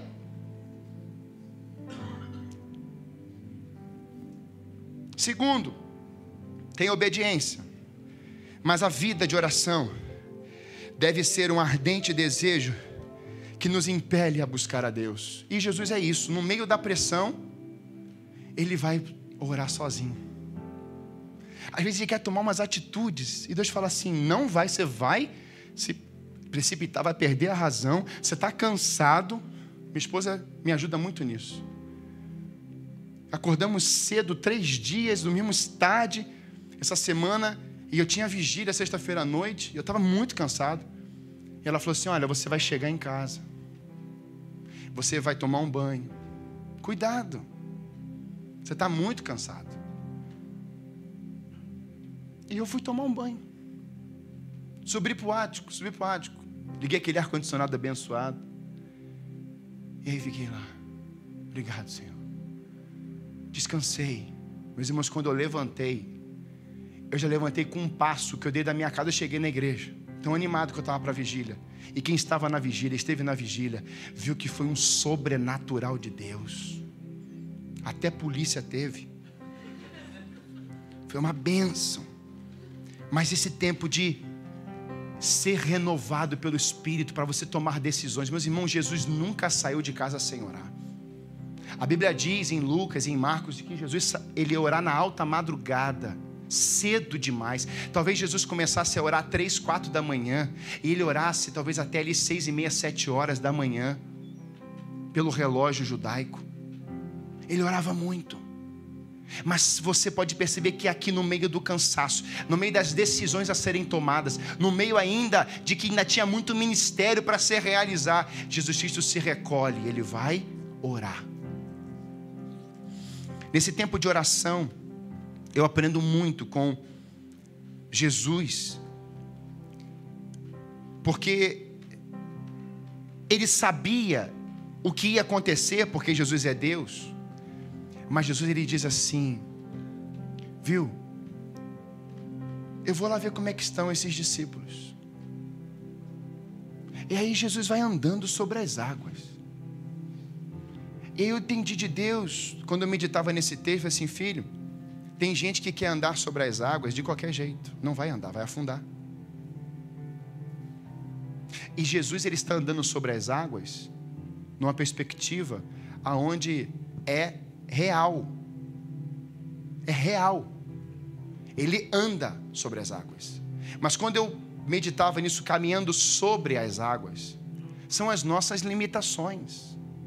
Segundo, tem obediência, mas a vida de oração deve ser um ardente desejo que nos impele a buscar a Deus. E Jesus é isso, no meio da pressão, ele vai orar sozinho. Às vezes ele quer tomar umas atitudes e Deus fala assim, não vai, você vai se precipitar, vai perder a razão, você está cansado. Minha esposa me ajuda muito nisso. Acordamos cedo, três dias, dormimos tarde essa semana, e eu tinha vigília sexta-feira à noite, e eu estava muito cansado. E ela falou assim, olha, você vai chegar em casa, você vai tomar um banho, cuidado, você está muito cansado. E eu fui tomar um banho. Subi para o ático, subi para o ático. Liguei aquele ar-condicionado abençoado. E aí fiquei lá. Obrigado, Senhor. Descansei. Meus irmãos, quando eu levantei, eu já levantei com um passo que eu dei da minha casa, eu cheguei na igreja. Tão animado que eu estava para a vigília. E quem estava na vigília, esteve na vigília, viu que foi um sobrenatural de Deus. Até polícia teve. Foi uma bênção. Mas esse tempo de ser renovado pelo Espírito para você tomar decisões. Meus irmãos, Jesus nunca saiu de casa sem orar. A Bíblia diz em Lucas e em Marcos que Jesus ele ia orar na alta madrugada, cedo demais. Talvez Jesus começasse a orar três, quatro da manhã e ele orasse talvez até ali seis e meia, sete horas da manhã, pelo relógio judaico. Ele orava muito. Mas você pode perceber que aqui no meio do cansaço, no meio das decisões a serem tomadas, no meio ainda de que ainda tinha muito ministério para se realizar, Jesus Cristo se recolhe, ele vai orar. Nesse tempo de oração, eu aprendo muito com Jesus, porque ele sabia o que ia acontecer, porque Jesus é Deus. Mas Jesus ele diz assim, viu? Eu vou lá ver como é que estão esses discípulos. E aí Jesus vai andando sobre as águas. E eu entendi de Deus, quando eu meditava nesse texto, assim, filho, tem gente que quer andar sobre as águas de qualquer jeito. Não vai andar, vai afundar. E Jesus ele está andando sobre as águas numa perspectiva aonde é real. É real. Ele anda sobre as águas. Mas quando eu meditava nisso, caminhando sobre as águas, são as nossas limitações.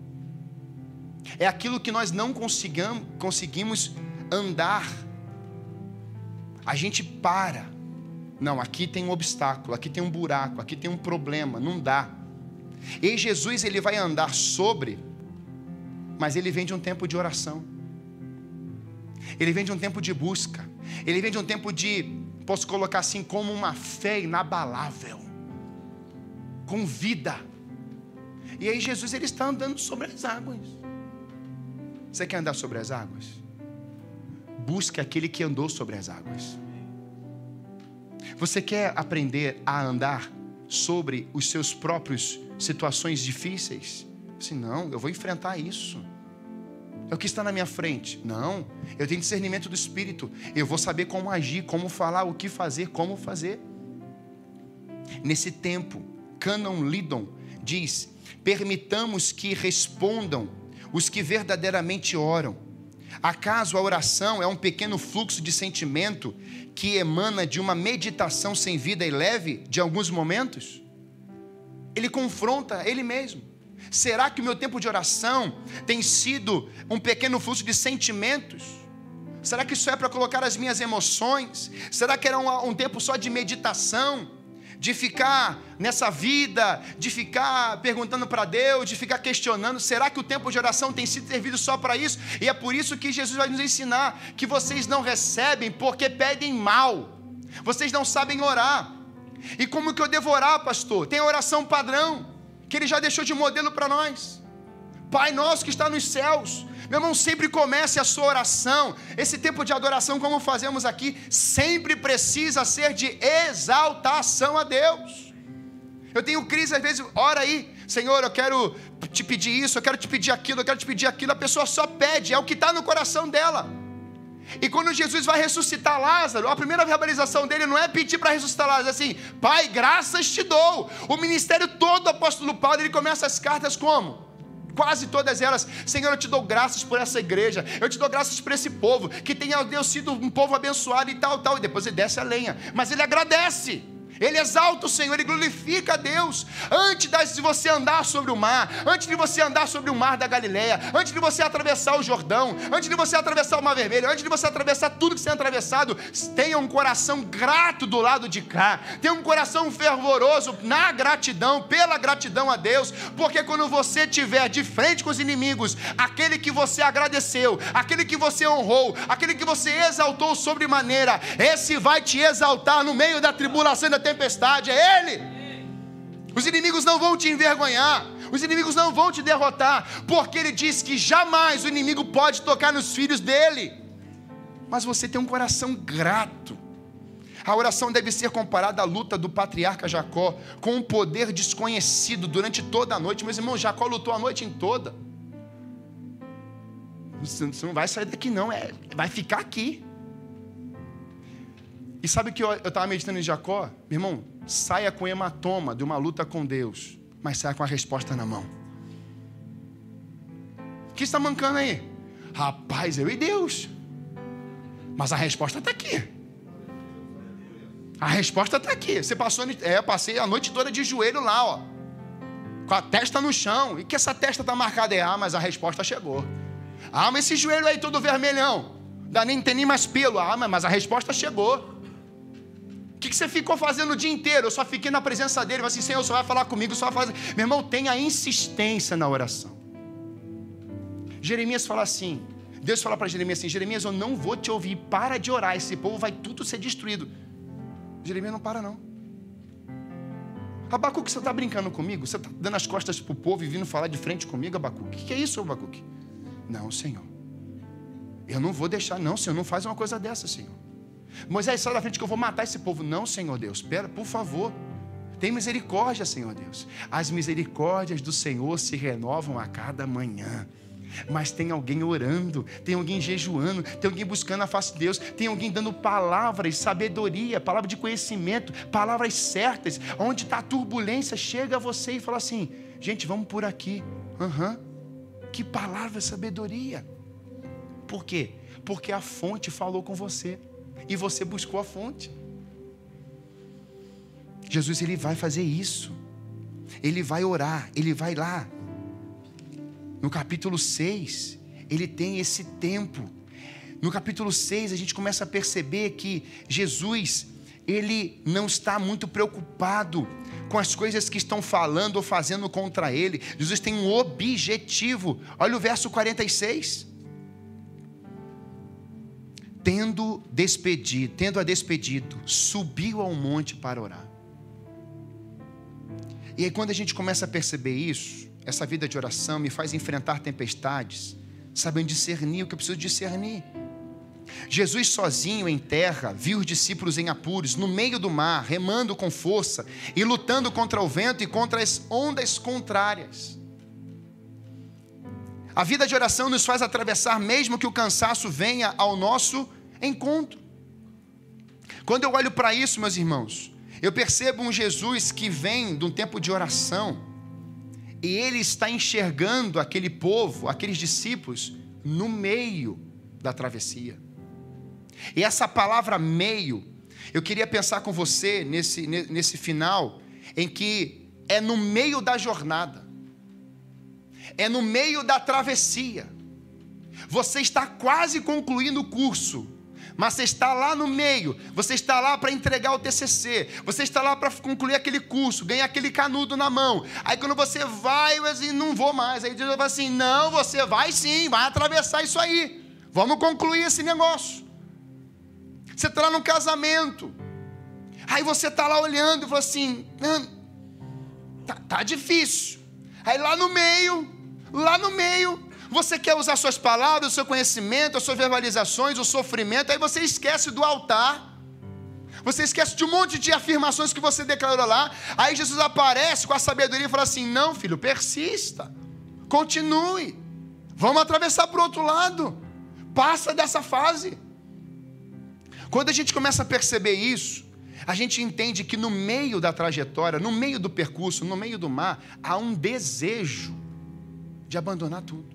É aquilo que nós não consigamos, conseguimos andar. A gente para. Não, aqui tem um obstáculo, aqui tem um buraco, aqui tem um problema, não dá. E Jesus ele vai andar sobre, mas ele vem de um tempo de oração. Ele vem de um tempo de busca. Ele vem de um tempo de, posso colocar assim, como uma fé inabalável, com vida. E aí Jesus ele está andando sobre as águas. Você quer andar sobre as águas? Busque aquele que andou sobre as águas. Você quer aprender a andar sobre os seus próprios situações difíceis? Assim, não, eu vou enfrentar isso. É o que está na minha frente. Não, eu tenho discernimento do Espírito. Eu vou saber como agir, como falar, o que fazer, como fazer. Nesse tempo, Canon Liddon diz: permitamos que respondam os que verdadeiramente oram. Acaso a oração é um pequeno fluxo de sentimento que emana de uma meditação sem vida e leve de alguns momentos? Ele confronta ele mesmo. Será que o meu tempo de oração tem sido um pequeno fluxo de sentimentos? Será que isso é para colocar as minhas emoções? Será que era um, um tempo só de meditação? De ficar nessa vida, de ficar perguntando para Deus, de ficar questionando, será que o tempo de oração tem sido servido só para isso? E é por isso que Jesus vai nos ensinar que vocês não recebem porque pedem mal, vocês não sabem orar. E como que eu devo orar, pastor? Tem a oração padrão, que ele já deixou de modelo para nós. Pai nosso que está nos céus. Meu irmão, sempre comece a sua oração. Esse tempo de adoração, como fazemos aqui, sempre precisa ser de exaltação a Deus. Eu tenho crise, às vezes, ora aí, Senhor, eu quero te pedir isso, eu quero te pedir aquilo, eu quero te pedir aquilo. A pessoa só pede, é o que está no coração dela. E quando Jesus vai ressuscitar Lázaro, a primeira verbalização dele não é pedir para ressuscitar Lázaro, é assim: Pai, graças te dou. O ministério todo do apóstolo Paulo, ele começa as cartas como? Quase todas elas: Senhor, eu te dou graças por essa igreja, eu te dou graças por esse povo, que tenha Deus sido um povo abençoado e tal, tal. E depois ele desce a lenha, mas ele agradece. Ele exalta o Senhor, ele glorifica a Deus. Antes de você andar sobre o mar, antes de você andar sobre o mar da Galileia, antes de você atravessar o Jordão, antes de você atravessar o Mar Vermelho, antes de você atravessar tudo que você tem atravessado, tenha um coração grato do lado de cá, tenha um coração fervoroso na gratidão, pela gratidão a Deus, porque quando você estiver de frente com os inimigos, aquele que você agradeceu, aquele que você honrou, aquele que você exaltou sobremaneira, esse vai te exaltar no meio da tribulação e da tempestade, é Ele. Os inimigos não vão te envergonhar, Os inimigos não vão te derrotar, porque ele diz que jamais o inimigo pode tocar nos filhos dele. Mas você tem um coração grato. A oração deve ser comparada à luta do patriarca Jacó, com um poder desconhecido durante toda a noite. Meus irmãos, Jacó lutou a noite em toda. Você não vai sair daqui não, é, vai ficar aqui. E sabe o que eu estava meditando em Jacó? Meu irmão, saia com hematoma de uma luta com Deus, mas saia com a resposta na mão. O que está mancando aí? Rapaz, eu e Deus. Mas a resposta está aqui. A resposta está aqui. Você passou, é, eu passei a noite toda de joelho lá, ó, com a testa no chão. E que essa testa está marcada? É, ah, mas a resposta chegou. Ah, mas esse joelho aí todo vermelhão, dá nem, tem nem mais pelo. Ah, mas a resposta chegou. O que, que você ficou fazendo o dia inteiro? Eu só fiquei na presença dele. Eu falei assim, Senhor, só vai falar comigo, só vai fazer. Meu irmão, tenha insistência na oração. Jeremias fala assim, Deus fala para Jeremias assim, Jeremias, eu não vou te ouvir, para de orar, esse povo vai tudo ser destruído. Jeremias não para não. Abacuque, você está brincando comigo? Você está dando as costas para o povo e vindo falar de frente comigo, Abacuque? O que é isso, Abacuque? Não, Senhor. Eu não vou deixar, não, Senhor, não faz uma coisa dessa, Senhor. Moisés, sai da frente que eu vou matar esse povo. Não, Senhor Deus, espera, por favor. Tem misericórdia, Senhor Deus. As misericórdias do Senhor se renovam a cada manhã. Mas tem alguém orando, tem alguém jejuando, tem alguém buscando a face de Deus, tem alguém dando palavras, sabedoria, palavra de conhecimento, palavras certas. Onde está a turbulência, chega a você e fala assim, gente, vamos por aqui. Uhum. Que palavra, sabedoria. Por quê? Porque a fonte falou com você e você buscou a fonte. Jesus, ele vai fazer isso. Ele vai orar, ele vai lá. No capítulo seis, ele tem esse tempo. No capítulo seis, a gente começa a perceber que Jesus, ele não está muito preocupado com as coisas que estão falando ou fazendo contra ele. Jesus tem um objetivo. Olha o verso quarenta e seis. Tendo despedido, tendo a despedido, subiu ao monte para orar. E aí quando a gente começa a perceber isso, essa vida de oração me faz enfrentar tempestades, sabendo discernir o que eu preciso discernir. Jesus sozinho em terra, viu os discípulos em apuros, no meio do mar, remando com força e lutando contra o vento e contra as ondas contrárias. A vida de oração nos faz atravessar mesmo que o cansaço venha ao nosso encontro. Quando eu olho para isso, meus irmãos, eu percebo um Jesus que vem de um tempo de oração e ele está enxergando aquele povo, aqueles discípulos, no meio da travessia. E essa palavra meio, eu queria pensar com você nesse, nesse final, em que é no meio da jornada, é no meio da travessia. Você está quase concluindo o curso, mas você está lá no meio, você está lá para entregar o T C C, você está lá para concluir aquele curso, ganhar aquele canudo na mão. Aí quando você vai, você não vou mais. Aí Deus vai assim, não, você vai sim, vai atravessar isso aí. Vamos concluir esse negócio. Você está lá no casamento, aí você está lá olhando e fala assim, ah, tá, tá difícil. Aí lá no meio, lá no meio, você quer usar suas palavras, o seu conhecimento, as suas verbalizações, o sofrimento, aí você esquece do altar, você esquece de um monte de afirmações que você declarou lá. Aí Jesus aparece com a sabedoria e fala assim, não filho, persista, continue, vamos atravessar para o outro lado, passa dessa fase. Quando a gente começa a perceber isso, a gente entende que no meio da trajetória, no meio do percurso, no meio do mar, há um desejo de abandonar tudo.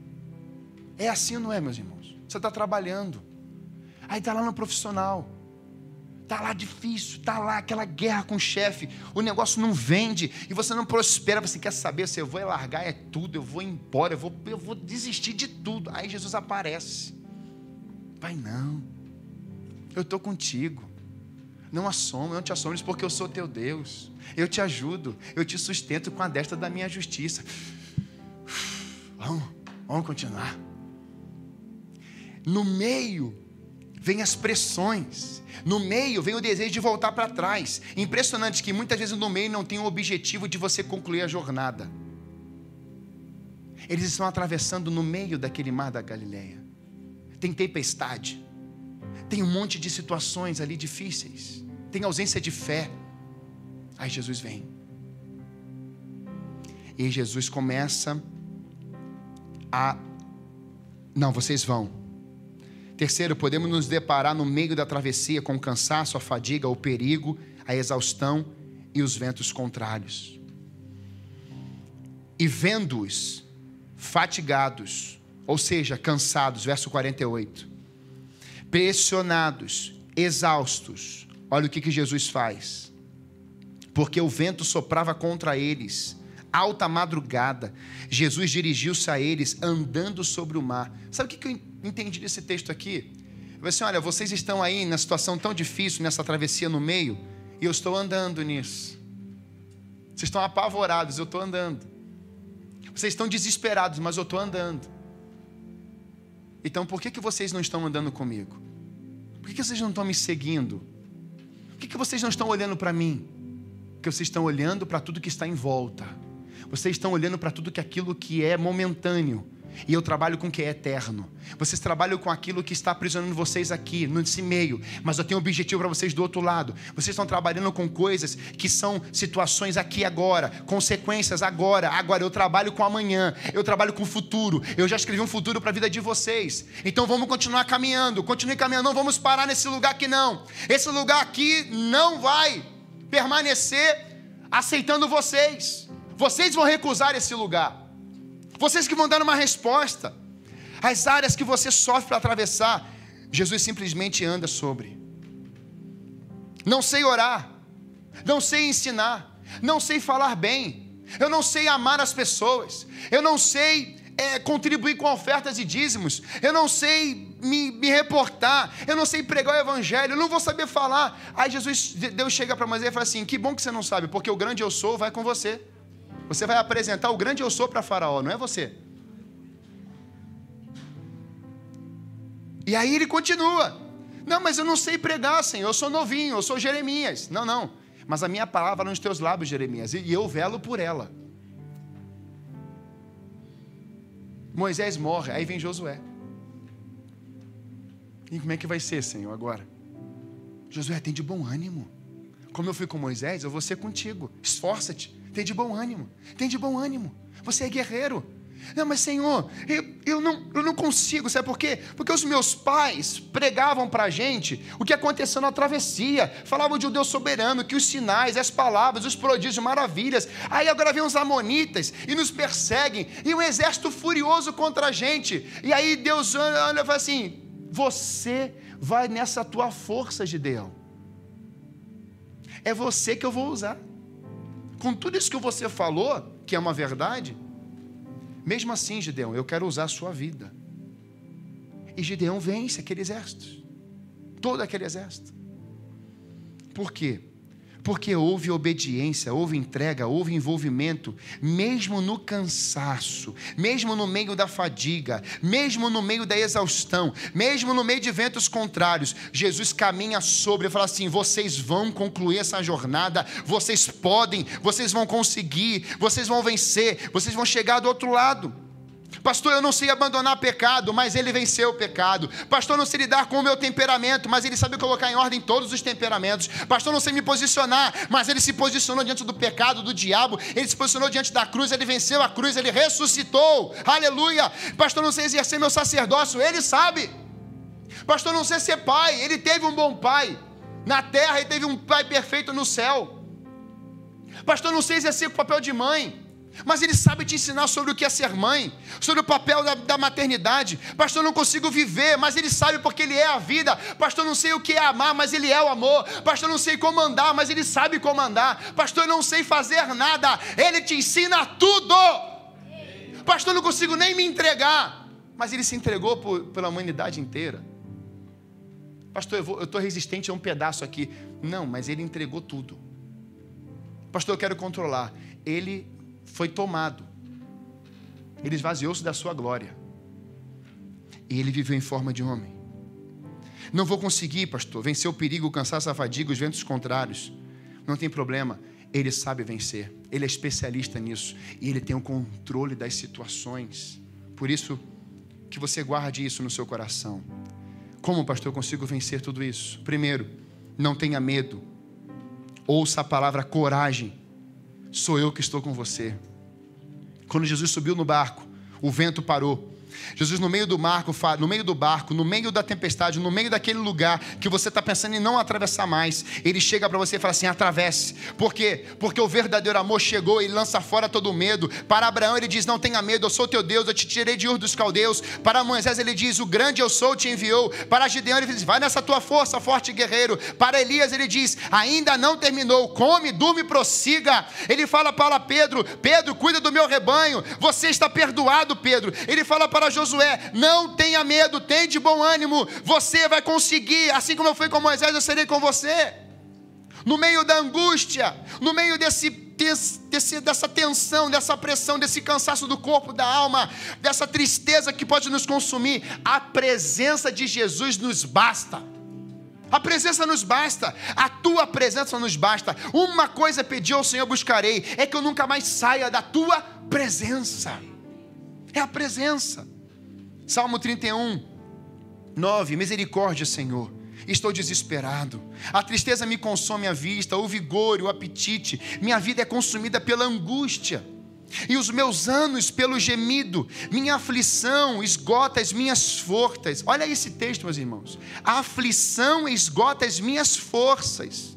É assim, não é, meus irmãos? Você está trabalhando, aí está lá no profissional, está lá difícil, está lá aquela guerra com o chefe, o negócio não vende, e você não prospera, você quer saber se eu vou largar é tudo, eu vou embora, eu vou, eu vou desistir de tudo. Aí Jesus aparece, vai não, eu estou contigo, não assombra, não te assombres, porque eu sou teu Deus, eu te ajudo, eu te sustento com a destra da minha justiça. Vamos, vamos continuar. No meio vem as pressões, no meio vem o desejo de voltar para trás. Impressionante que muitas vezes no meio não tem o objetivo de você concluir a jornada, Eles estão atravessando no meio daquele mar da Galileia. Tem tempestade. Tem um monte de situações ali difíceis. Tem ausência de fé. Aí Jesus vem. E Jesus começa a... Não, vocês vão. Terceiro, podemos nos deparar no meio da travessia com o cansaço, a fadiga, o perigo, a exaustão e os ventos contrários. E vendo-os fatigados, ou seja, cansados, verso quarenta e oito, pressionados, exaustos, olha o que, que Jesus faz. Porque o vento soprava contra eles, alta madrugada, Jesus dirigiu-se a eles, andando sobre o mar. Sabe o que, que eu entendi desse texto aqui? Eu falei assim, olha, vocês estão aí na situação tão difícil, nessa travessia no meio, e eu estou andando nisso. Vocês estão apavorados, eu estou andando. Vocês estão desesperados, mas eu estou andando. Então por que, que vocês não estão andando comigo? Por que, que vocês não estão me seguindo? Por que, que vocês não estão olhando para mim? Porque vocês estão olhando para tudo que está em volta. Vocês estão olhando para tudo que aquilo que é momentâneo. E eu trabalho com o que é eterno. Vocês trabalham com aquilo que está aprisionando vocês aqui, nesse meio. Mas eu tenho um objetivo para vocês do outro lado. Vocês estão trabalhando com coisas que são situações aqui agora, consequências agora. Agora eu trabalho com amanhã, eu trabalho com o futuro. Eu já escrevi um futuro para a vida de vocês. Então vamos continuar caminhando. Continue caminhando, não vamos parar nesse lugar aqui não. Esse lugar aqui não vai permanecer aceitando vocês. Vocês vão recusar esse lugar. Vocês que vão dar uma resposta. As áreas que você sofre para atravessar, Jesus simplesmente anda sobre. Não sei orar, não sei ensinar, não sei falar bem, eu não sei amar as pessoas, eu não sei é, contribuir com ofertas e dízimos, eu não sei me, me reportar, eu não sei pregar o evangelho, eu não vou saber falar. Aí Jesus, Deus chega para Moisés e fala assim, que bom que você não sabe, porque o grande eu sou vai com você. Você vai apresentar o grande eu sou para Faraó, não é você. E aí ele continua. Não, mas eu não sei pregar, Senhor, eu sou novinho, eu sou Jeremias. Não, não, mas a minha palavra nos teus lábios, Jeremias, e eu velo por ela. Moisés morre, aí vem Josué. E como é que vai ser, Senhor, agora? Josué, tem de bom ânimo. Como eu fui com Moisés, eu vou ser contigo. Esforça-te. Tem de bom ânimo, tem de bom ânimo. Você é guerreiro. Não, mas Senhor, eu, eu, não, eu não consigo. Sabe por quê? Porque os meus pais pregavam para a gente o que aconteceu na travessia. Falavam de um Deus soberano, que os sinais, as palavras, os prodígios, maravilhas. Aí agora vem os amonitas e nos perseguem. E um exército furioso contra a gente. E aí Deus olha e fala assim, você vai nessa tua força, Gideão. É você que eu vou usar. Com tudo isso que você falou, que é uma verdade, mesmo assim, Gideão, eu quero usar a sua vida. E Gideão vence aquele exército, todo aquele exército. Por quê? Porque houve obediência, houve entrega, houve envolvimento, mesmo no cansaço, mesmo no meio da fadiga, mesmo no meio da exaustão, mesmo no meio de ventos contrários, Jesus caminha sobre e fala assim, vocês vão concluir essa jornada, vocês podem, vocês vão conseguir, vocês vão vencer, vocês vão chegar do outro lado. Pastor, eu não sei abandonar pecado, mas ele venceu o pecado. Pastor, eu não sei lidar com o meu temperamento, mas ele sabe colocar em ordem todos os temperamentos. Pastor, eu não sei me posicionar, mas ele se posicionou diante do pecado, do diabo. Ele se posicionou diante da cruz, ele venceu a cruz, ele ressuscitou. Aleluia. Pastor, eu não sei exercer meu sacerdócio, ele sabe. Pastor, eu não sei ser pai, ele teve um bom pai na terra e teve um pai perfeito no céu. Pastor, eu não sei exercer o papel de mãe, mas ele sabe te ensinar sobre o que é ser mãe, sobre o papel da, da maternidade. Pastor, eu não consigo viver, mas ele sabe porque ele é a vida. Pastor, eu não sei o que é amar, mas ele é o amor. Pastor, eu não sei comandar, mas ele sabe comandar. Pastor, eu não sei fazer nada, ele te ensina tudo. Pastor, eu não consigo nem me entregar, mas ele se entregou por, pela humanidade inteira. Pastor, eu estou resistente a um pedaço aqui. Não, mas ele entregou tudo. Pastor, eu quero controlar. Ele foi tomado, ele esvaziou-se da sua glória, e ele viveu em forma de homem. Não vou conseguir, pastor, vencer o perigo, o cansaço, a fadiga, os ventos contrários. Não tem problema, Ele sabe vencer. Ele é especialista nisso. E Ele tem o controle das situações. Por isso, que você guarde isso no seu coração. Como, pastor, eu consigo vencer tudo isso? Primeiro, não tenha medo. Ouça a palavra coragem. Sou eu que estou com você. Quando Jesus subiu no barco, o vento parou. Jesus no meio do barco, no meio do barco, no meio da tempestade, no meio daquele lugar que você está pensando em não atravessar mais, Ele chega para você e fala assim: atravesse. Por quê? Porque o verdadeiro amor chegou e lança fora todo o medo. Para Abraão Ele diz: não tenha medo, eu sou teu Deus, eu te tirei de Ur dos Caldeus. Para Moisés Ele diz: o grande eu sou te enviou. Para Gideão Ele diz: vai nessa tua força, forte guerreiro. Para Elias Ele diz: ainda não terminou, come, durme e prossiga. Ele fala para Pedro: Pedro, cuida do meu rebanho, você está perdoado, Pedro. Ele fala para Josué: não tenha medo, tem de bom ânimo, você vai conseguir, assim como eu fui com Moisés, eu serei com você. No meio da angústia, no meio desse, desse, dessa tensão, dessa pressão, desse cansaço do corpo, da alma, dessa tristeza que pode nos consumir, a presença de Jesus nos basta. A presença nos basta, a tua presença nos basta. Uma coisa pedi ao Senhor, buscarei, é que eu nunca mais saia da tua presença. É a presença. Salmo trinta e um, nove, misericórdia, Senhor, estou desesperado, a tristeza me consome a vista, o vigor e o apetite, minha vida é consumida pela angústia, e os meus anos pelo gemido, minha aflição esgota as minhas forças. Olha esse texto, meus irmãos, a aflição esgota as minhas forças,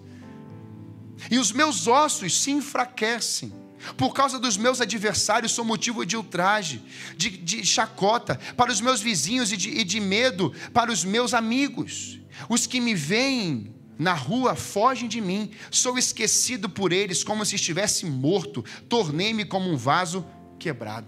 e os meus ossos se enfraquecem. Por causa dos meus adversários sou motivo de ultraje, de, de chacota para os meus vizinhos e de, e de medo para os meus amigos. Os que me veem na rua fogem de mim, sou esquecido por eles como se estivesse morto, tornei-me como um vaso quebrado.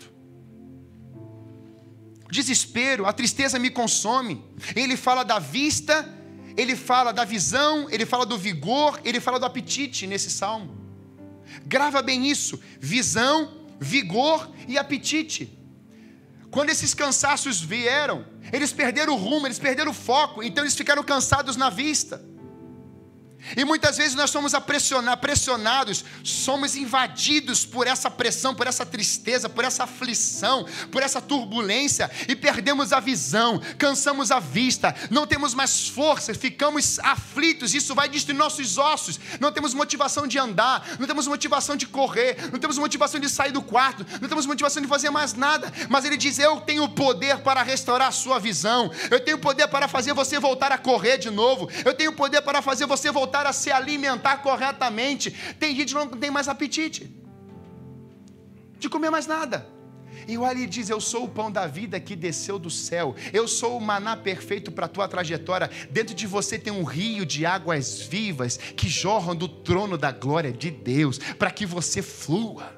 Desespero, a tristeza me consome. Ele fala da vista, ele fala da visão, ele fala do vigor, ele fala do apetite nesse salmo. Grava bem isso: visão, vigor e apetite. Quando esses cansaços vieram, eles perderam o rumo, eles perderam o foco, então eles ficaram cansados na vista. E muitas vezes nós somos pressionados, somos invadidos por essa pressão, por essa tristeza, por essa aflição, por essa turbulência, e perdemos a visão, cansamos a vista, não temos mais força, ficamos aflitos, isso vai destruir nossos ossos, não temos motivação de andar, não temos motivação de correr, não temos motivação de sair do quarto, não temos motivação de fazer mais nada. Mas Ele diz: eu tenho poder para restaurar a sua visão, eu tenho poder para fazer você voltar a correr de novo, eu tenho poder para fazer você voltar a se alimentar corretamente. Tem gente que não tem mais apetite de comer mais nada. E o Ali diz: eu sou o pão da vida que desceu do céu, eu sou o maná perfeito para a tua trajetória. Dentro de você tem um rio de águas vivas que jorram do trono da glória de Deus, para que você flua.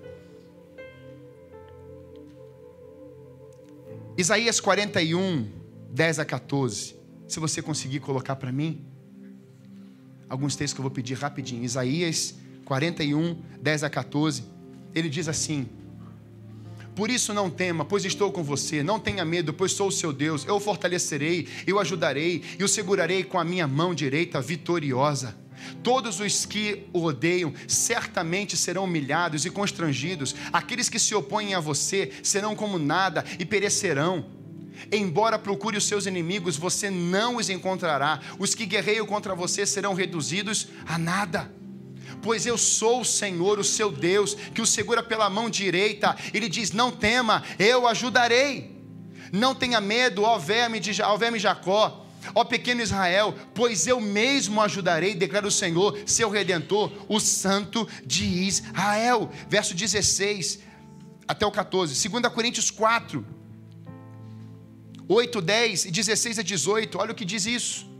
Isaías quarenta e um, dez a quatorze. Se você conseguir colocar para mim alguns textos que eu vou pedir rapidinho. Isaías quarenta e um, dez a quatorze. Ele diz assim: por isso não tema, pois estou com você. Não tenha medo, pois sou o seu Deus. Eu o fortalecerei, eu o ajudarei e o segurarei com a minha mão direita vitoriosa. Todos os que o odeiam certamente serão humilhados e constrangidos. Aqueles que se opõem a você serão como nada e perecerão. Embora procure os seus inimigos, você não os encontrará. Os que guerreiam contra você serão reduzidos a nada. Pois eu sou o Senhor, o seu Deus, que o segura pela mão direita. Ele diz: não tema, eu o ajudarei. Não tenha medo, ó verme, de, ó verme Jacó, ó pequeno Israel, pois eu mesmo o ajudarei, declara o Senhor, seu Redentor, o Santo de Israel. Verso dezesseis até o quatorze. Segunda Coríntios quatro, oito, dez e dezesseis a dezoito, olha o que diz isso.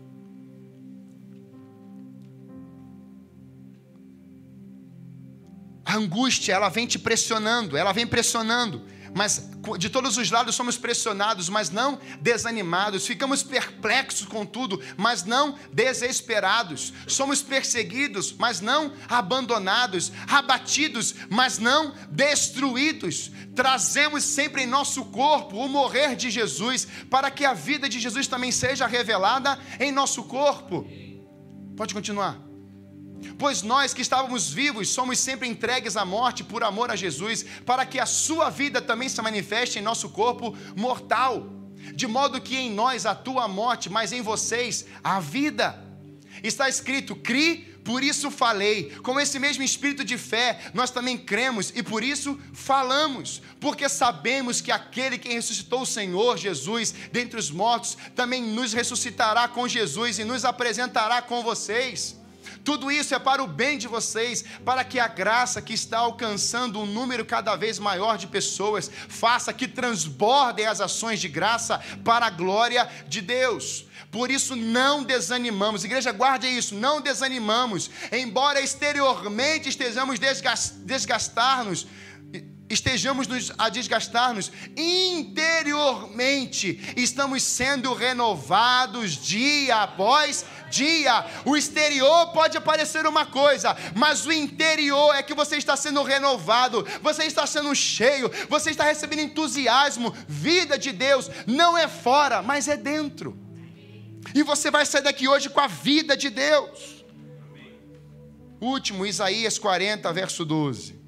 A angústia, ela vem te pressionando, ela vem pressionando, mas de todos os lados somos pressionados, mas não desanimados. Ficamos perplexos com tudo, mas não desesperados. Somos perseguidos, mas não abandonados. Abatidos, mas não destruídos. Trazemos sempre em nosso corpo o morrer de Jesus, para que a vida de Jesus também seja revelada em nosso corpo. Pode continuar. Pois nós que estávamos vivos, somos sempre entregues à morte por amor a Jesus, para que a sua vida também se manifeste em nosso corpo mortal, de modo que em nós atua a morte, mas em vocês a vida. Está escrito: cri, por isso falei. Com esse mesmo espírito de fé, nós também cremos e por isso falamos, porque sabemos que aquele que ressuscitou o Senhor Jesus dentre os mortos, também nos ressuscitará com Jesus e nos apresentará com vocês. Tudo isso é para o bem de vocês, para que a graça que está alcançando um número cada vez maior de pessoas, faça que transbordem as ações de graça para a glória de Deus. Por isso não desanimamos, igreja, guarde isso, não desanimamos, embora exteriormente estejamos desgastar-nos, estejamos nos a desgastar-nos, interiormente estamos sendo renovados dia após dia. O exterior pode parecer uma coisa, mas o interior é que você está sendo renovado, você está sendo cheio, você está recebendo entusiasmo. Vida de Deus não é fora, mas é dentro. E você vai sair daqui hoje com a vida de Deus. Último, Isaías quarenta, verso doze.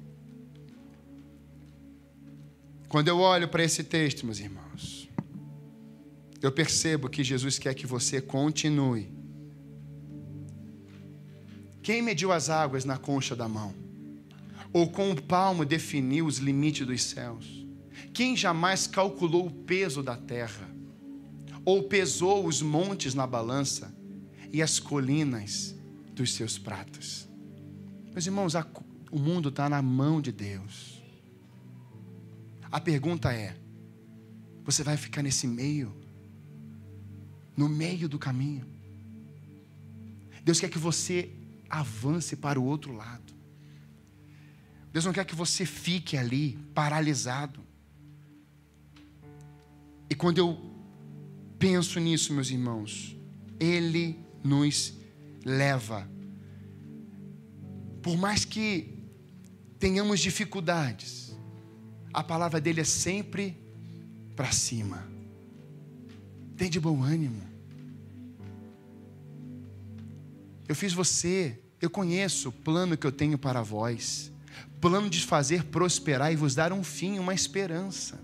Quando eu olho para esse texto, meus irmãos, eu percebo que Jesus quer que você continue. Quem mediu as águas na concha da mão? Ou com o palmo definiu os limites dos céus? Quem jamais calculou o peso da terra? Ou pesou os montes na balança e as colinas dos seus pratos? Meus irmãos, a, o mundo está na mão de Deus. A pergunta é: você vai ficar nesse meio? No meio do caminho? Deus quer que você avance para o outro lado. Deus não quer que você fique ali, paralisado. E quando eu penso nisso, meus irmãos, Ele nos leva. Por mais que tenhamos dificuldades, a palavra dele é sempre para cima. Tem de bom ânimo. Eu fiz você, eu conheço o plano que eu tenho para vós. Plano de fazer prosperar e vos dar um fim, uma esperança.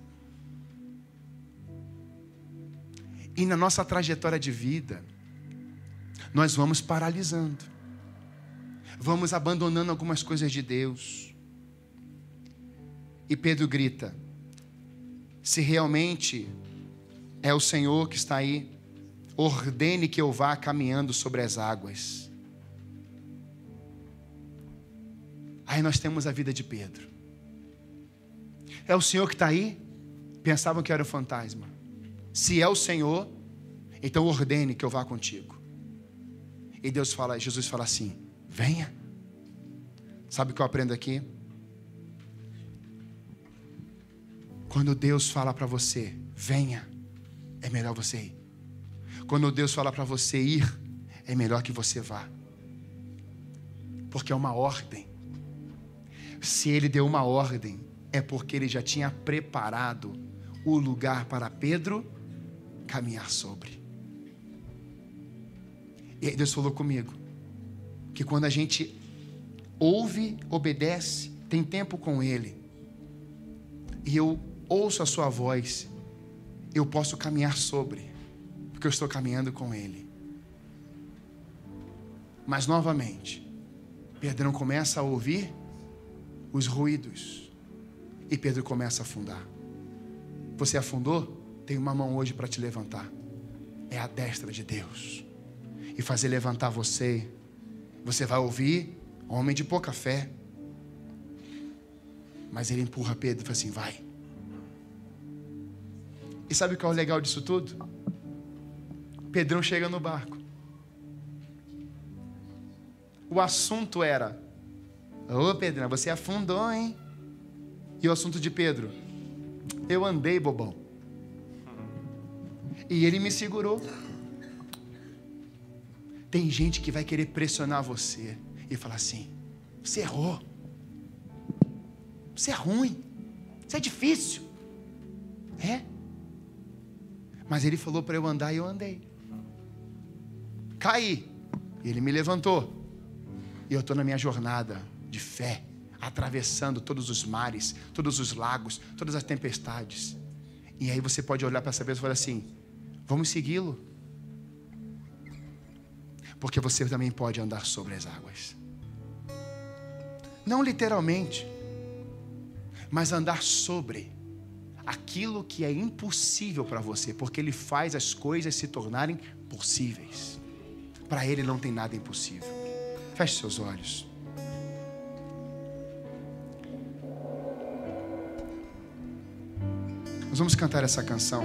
E na nossa trajetória de vida, nós vamos paralisando. Vamos abandonando algumas coisas de Deus. E Pedro grita: se realmente é o Senhor que está aí, ordene que eu vá caminhando sobre as águas. Aí nós temos a vida de Pedro. É o Senhor que está aí? Pensavam que era o fantasma. Se é o Senhor, então ordene que eu vá contigo. E Deus fala, Jesus fala assim: venha. Sabe o que eu aprendo aqui? Quando Deus fala para você, venha, é melhor você ir. Quando Deus fala para você ir, é melhor que você vá. Porque é uma ordem. Se Ele deu uma ordem, é porque Ele já tinha preparado o lugar para Pedro caminhar sobre. E aí Deus falou comigo, que quando a gente ouve, obedece, tem tempo com Ele, e eu ouço a sua voz, eu posso caminhar sobre, porque eu estou caminhando com Ele. Mas novamente, Pedrão começa a ouvir os ruídos, e Pedro começa a afundar. Você afundou? Tem uma mão hoje para te levantar. É a destra de Deus, e fazer levantar você. Você vai ouvir, homem de pouca fé, mas ele empurra Pedro e fala assim: vai. E sabe o que é o legal disso tudo? Pedrão chega no barco. O assunto era: ô Pedrão, você afundou, hein? E o assunto de Pedro: eu andei, bobão. E ele me segurou. Tem gente que vai querer pressionar você e falar assim: você errou, você é ruim, você é difícil. É? Mas ele falou para eu andar e eu andei. Caí, e ele me levantou. E eu estou na minha jornada de fé, atravessando todos os mares, todos os lagos, todas as tempestades. E aí você pode olhar para essa pessoa e falar assim: vamos segui-lo. Porque você também pode andar sobre as águas. Não literalmente, mas andar sobre aquilo que é impossível para você, porque Ele faz as coisas se tornarem possíveis. Para Ele não tem nada impossível. Feche seus olhos. Nós vamos cantar essa canção.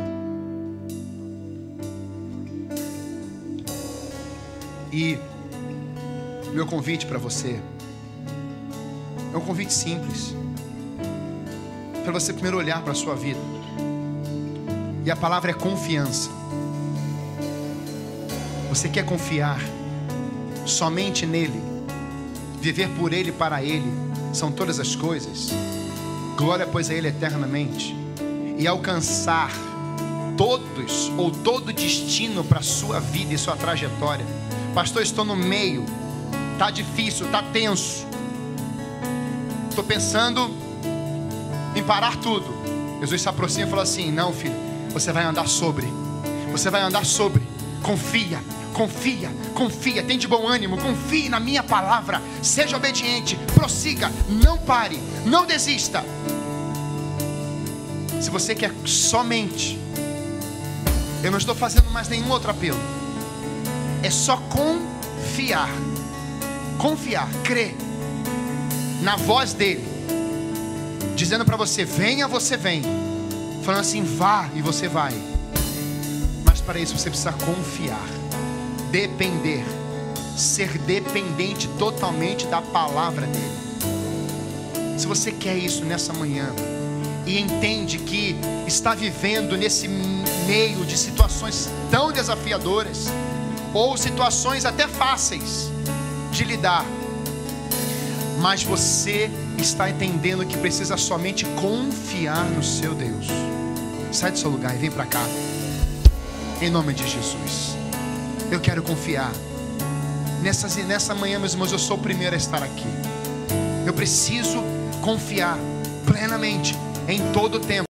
E meu convite para você é um convite simples. Para você primeiro olhar para a sua vida. E a palavra é confiança. Você quer confiar somente nele, viver por ele, para ele, são todas as coisas. Glória, pois, a ele eternamente. E alcançar todos ou todo destino para a sua vida e sua trajetória. Pastor, estou no meio, está difícil, está tenso, estou pensando em parar tudo. Jesus se aproxima e fala assim: não, filho, você vai andar sobre, você vai andar sobre, confia, confia, confia, tem de bom ânimo, confie na minha palavra, seja obediente, prossiga, não pare, não desista. Se você quer somente, eu não estou fazendo mais nenhum outro apelo, é só confiar, confiar, crer na voz dele, dizendo para você: venha, você vem, falando assim: vá, e você vai. Mas para isso você precisa confiar, depender, ser dependente totalmente da palavra dele. Se você quer isso nessa manhã e entende que está vivendo nesse meio de situações tão desafiadoras, ou situações até fáceis de lidar, mas você está entendendo que precisa somente confiar no seu Deus, sai do seu lugar e vem para cá, em nome de Jesus. Eu quero confiar nessa, nessa manhã, meus irmãos. Eu sou o primeiro a estar aqui. Eu preciso confiar plenamente em todo o tempo.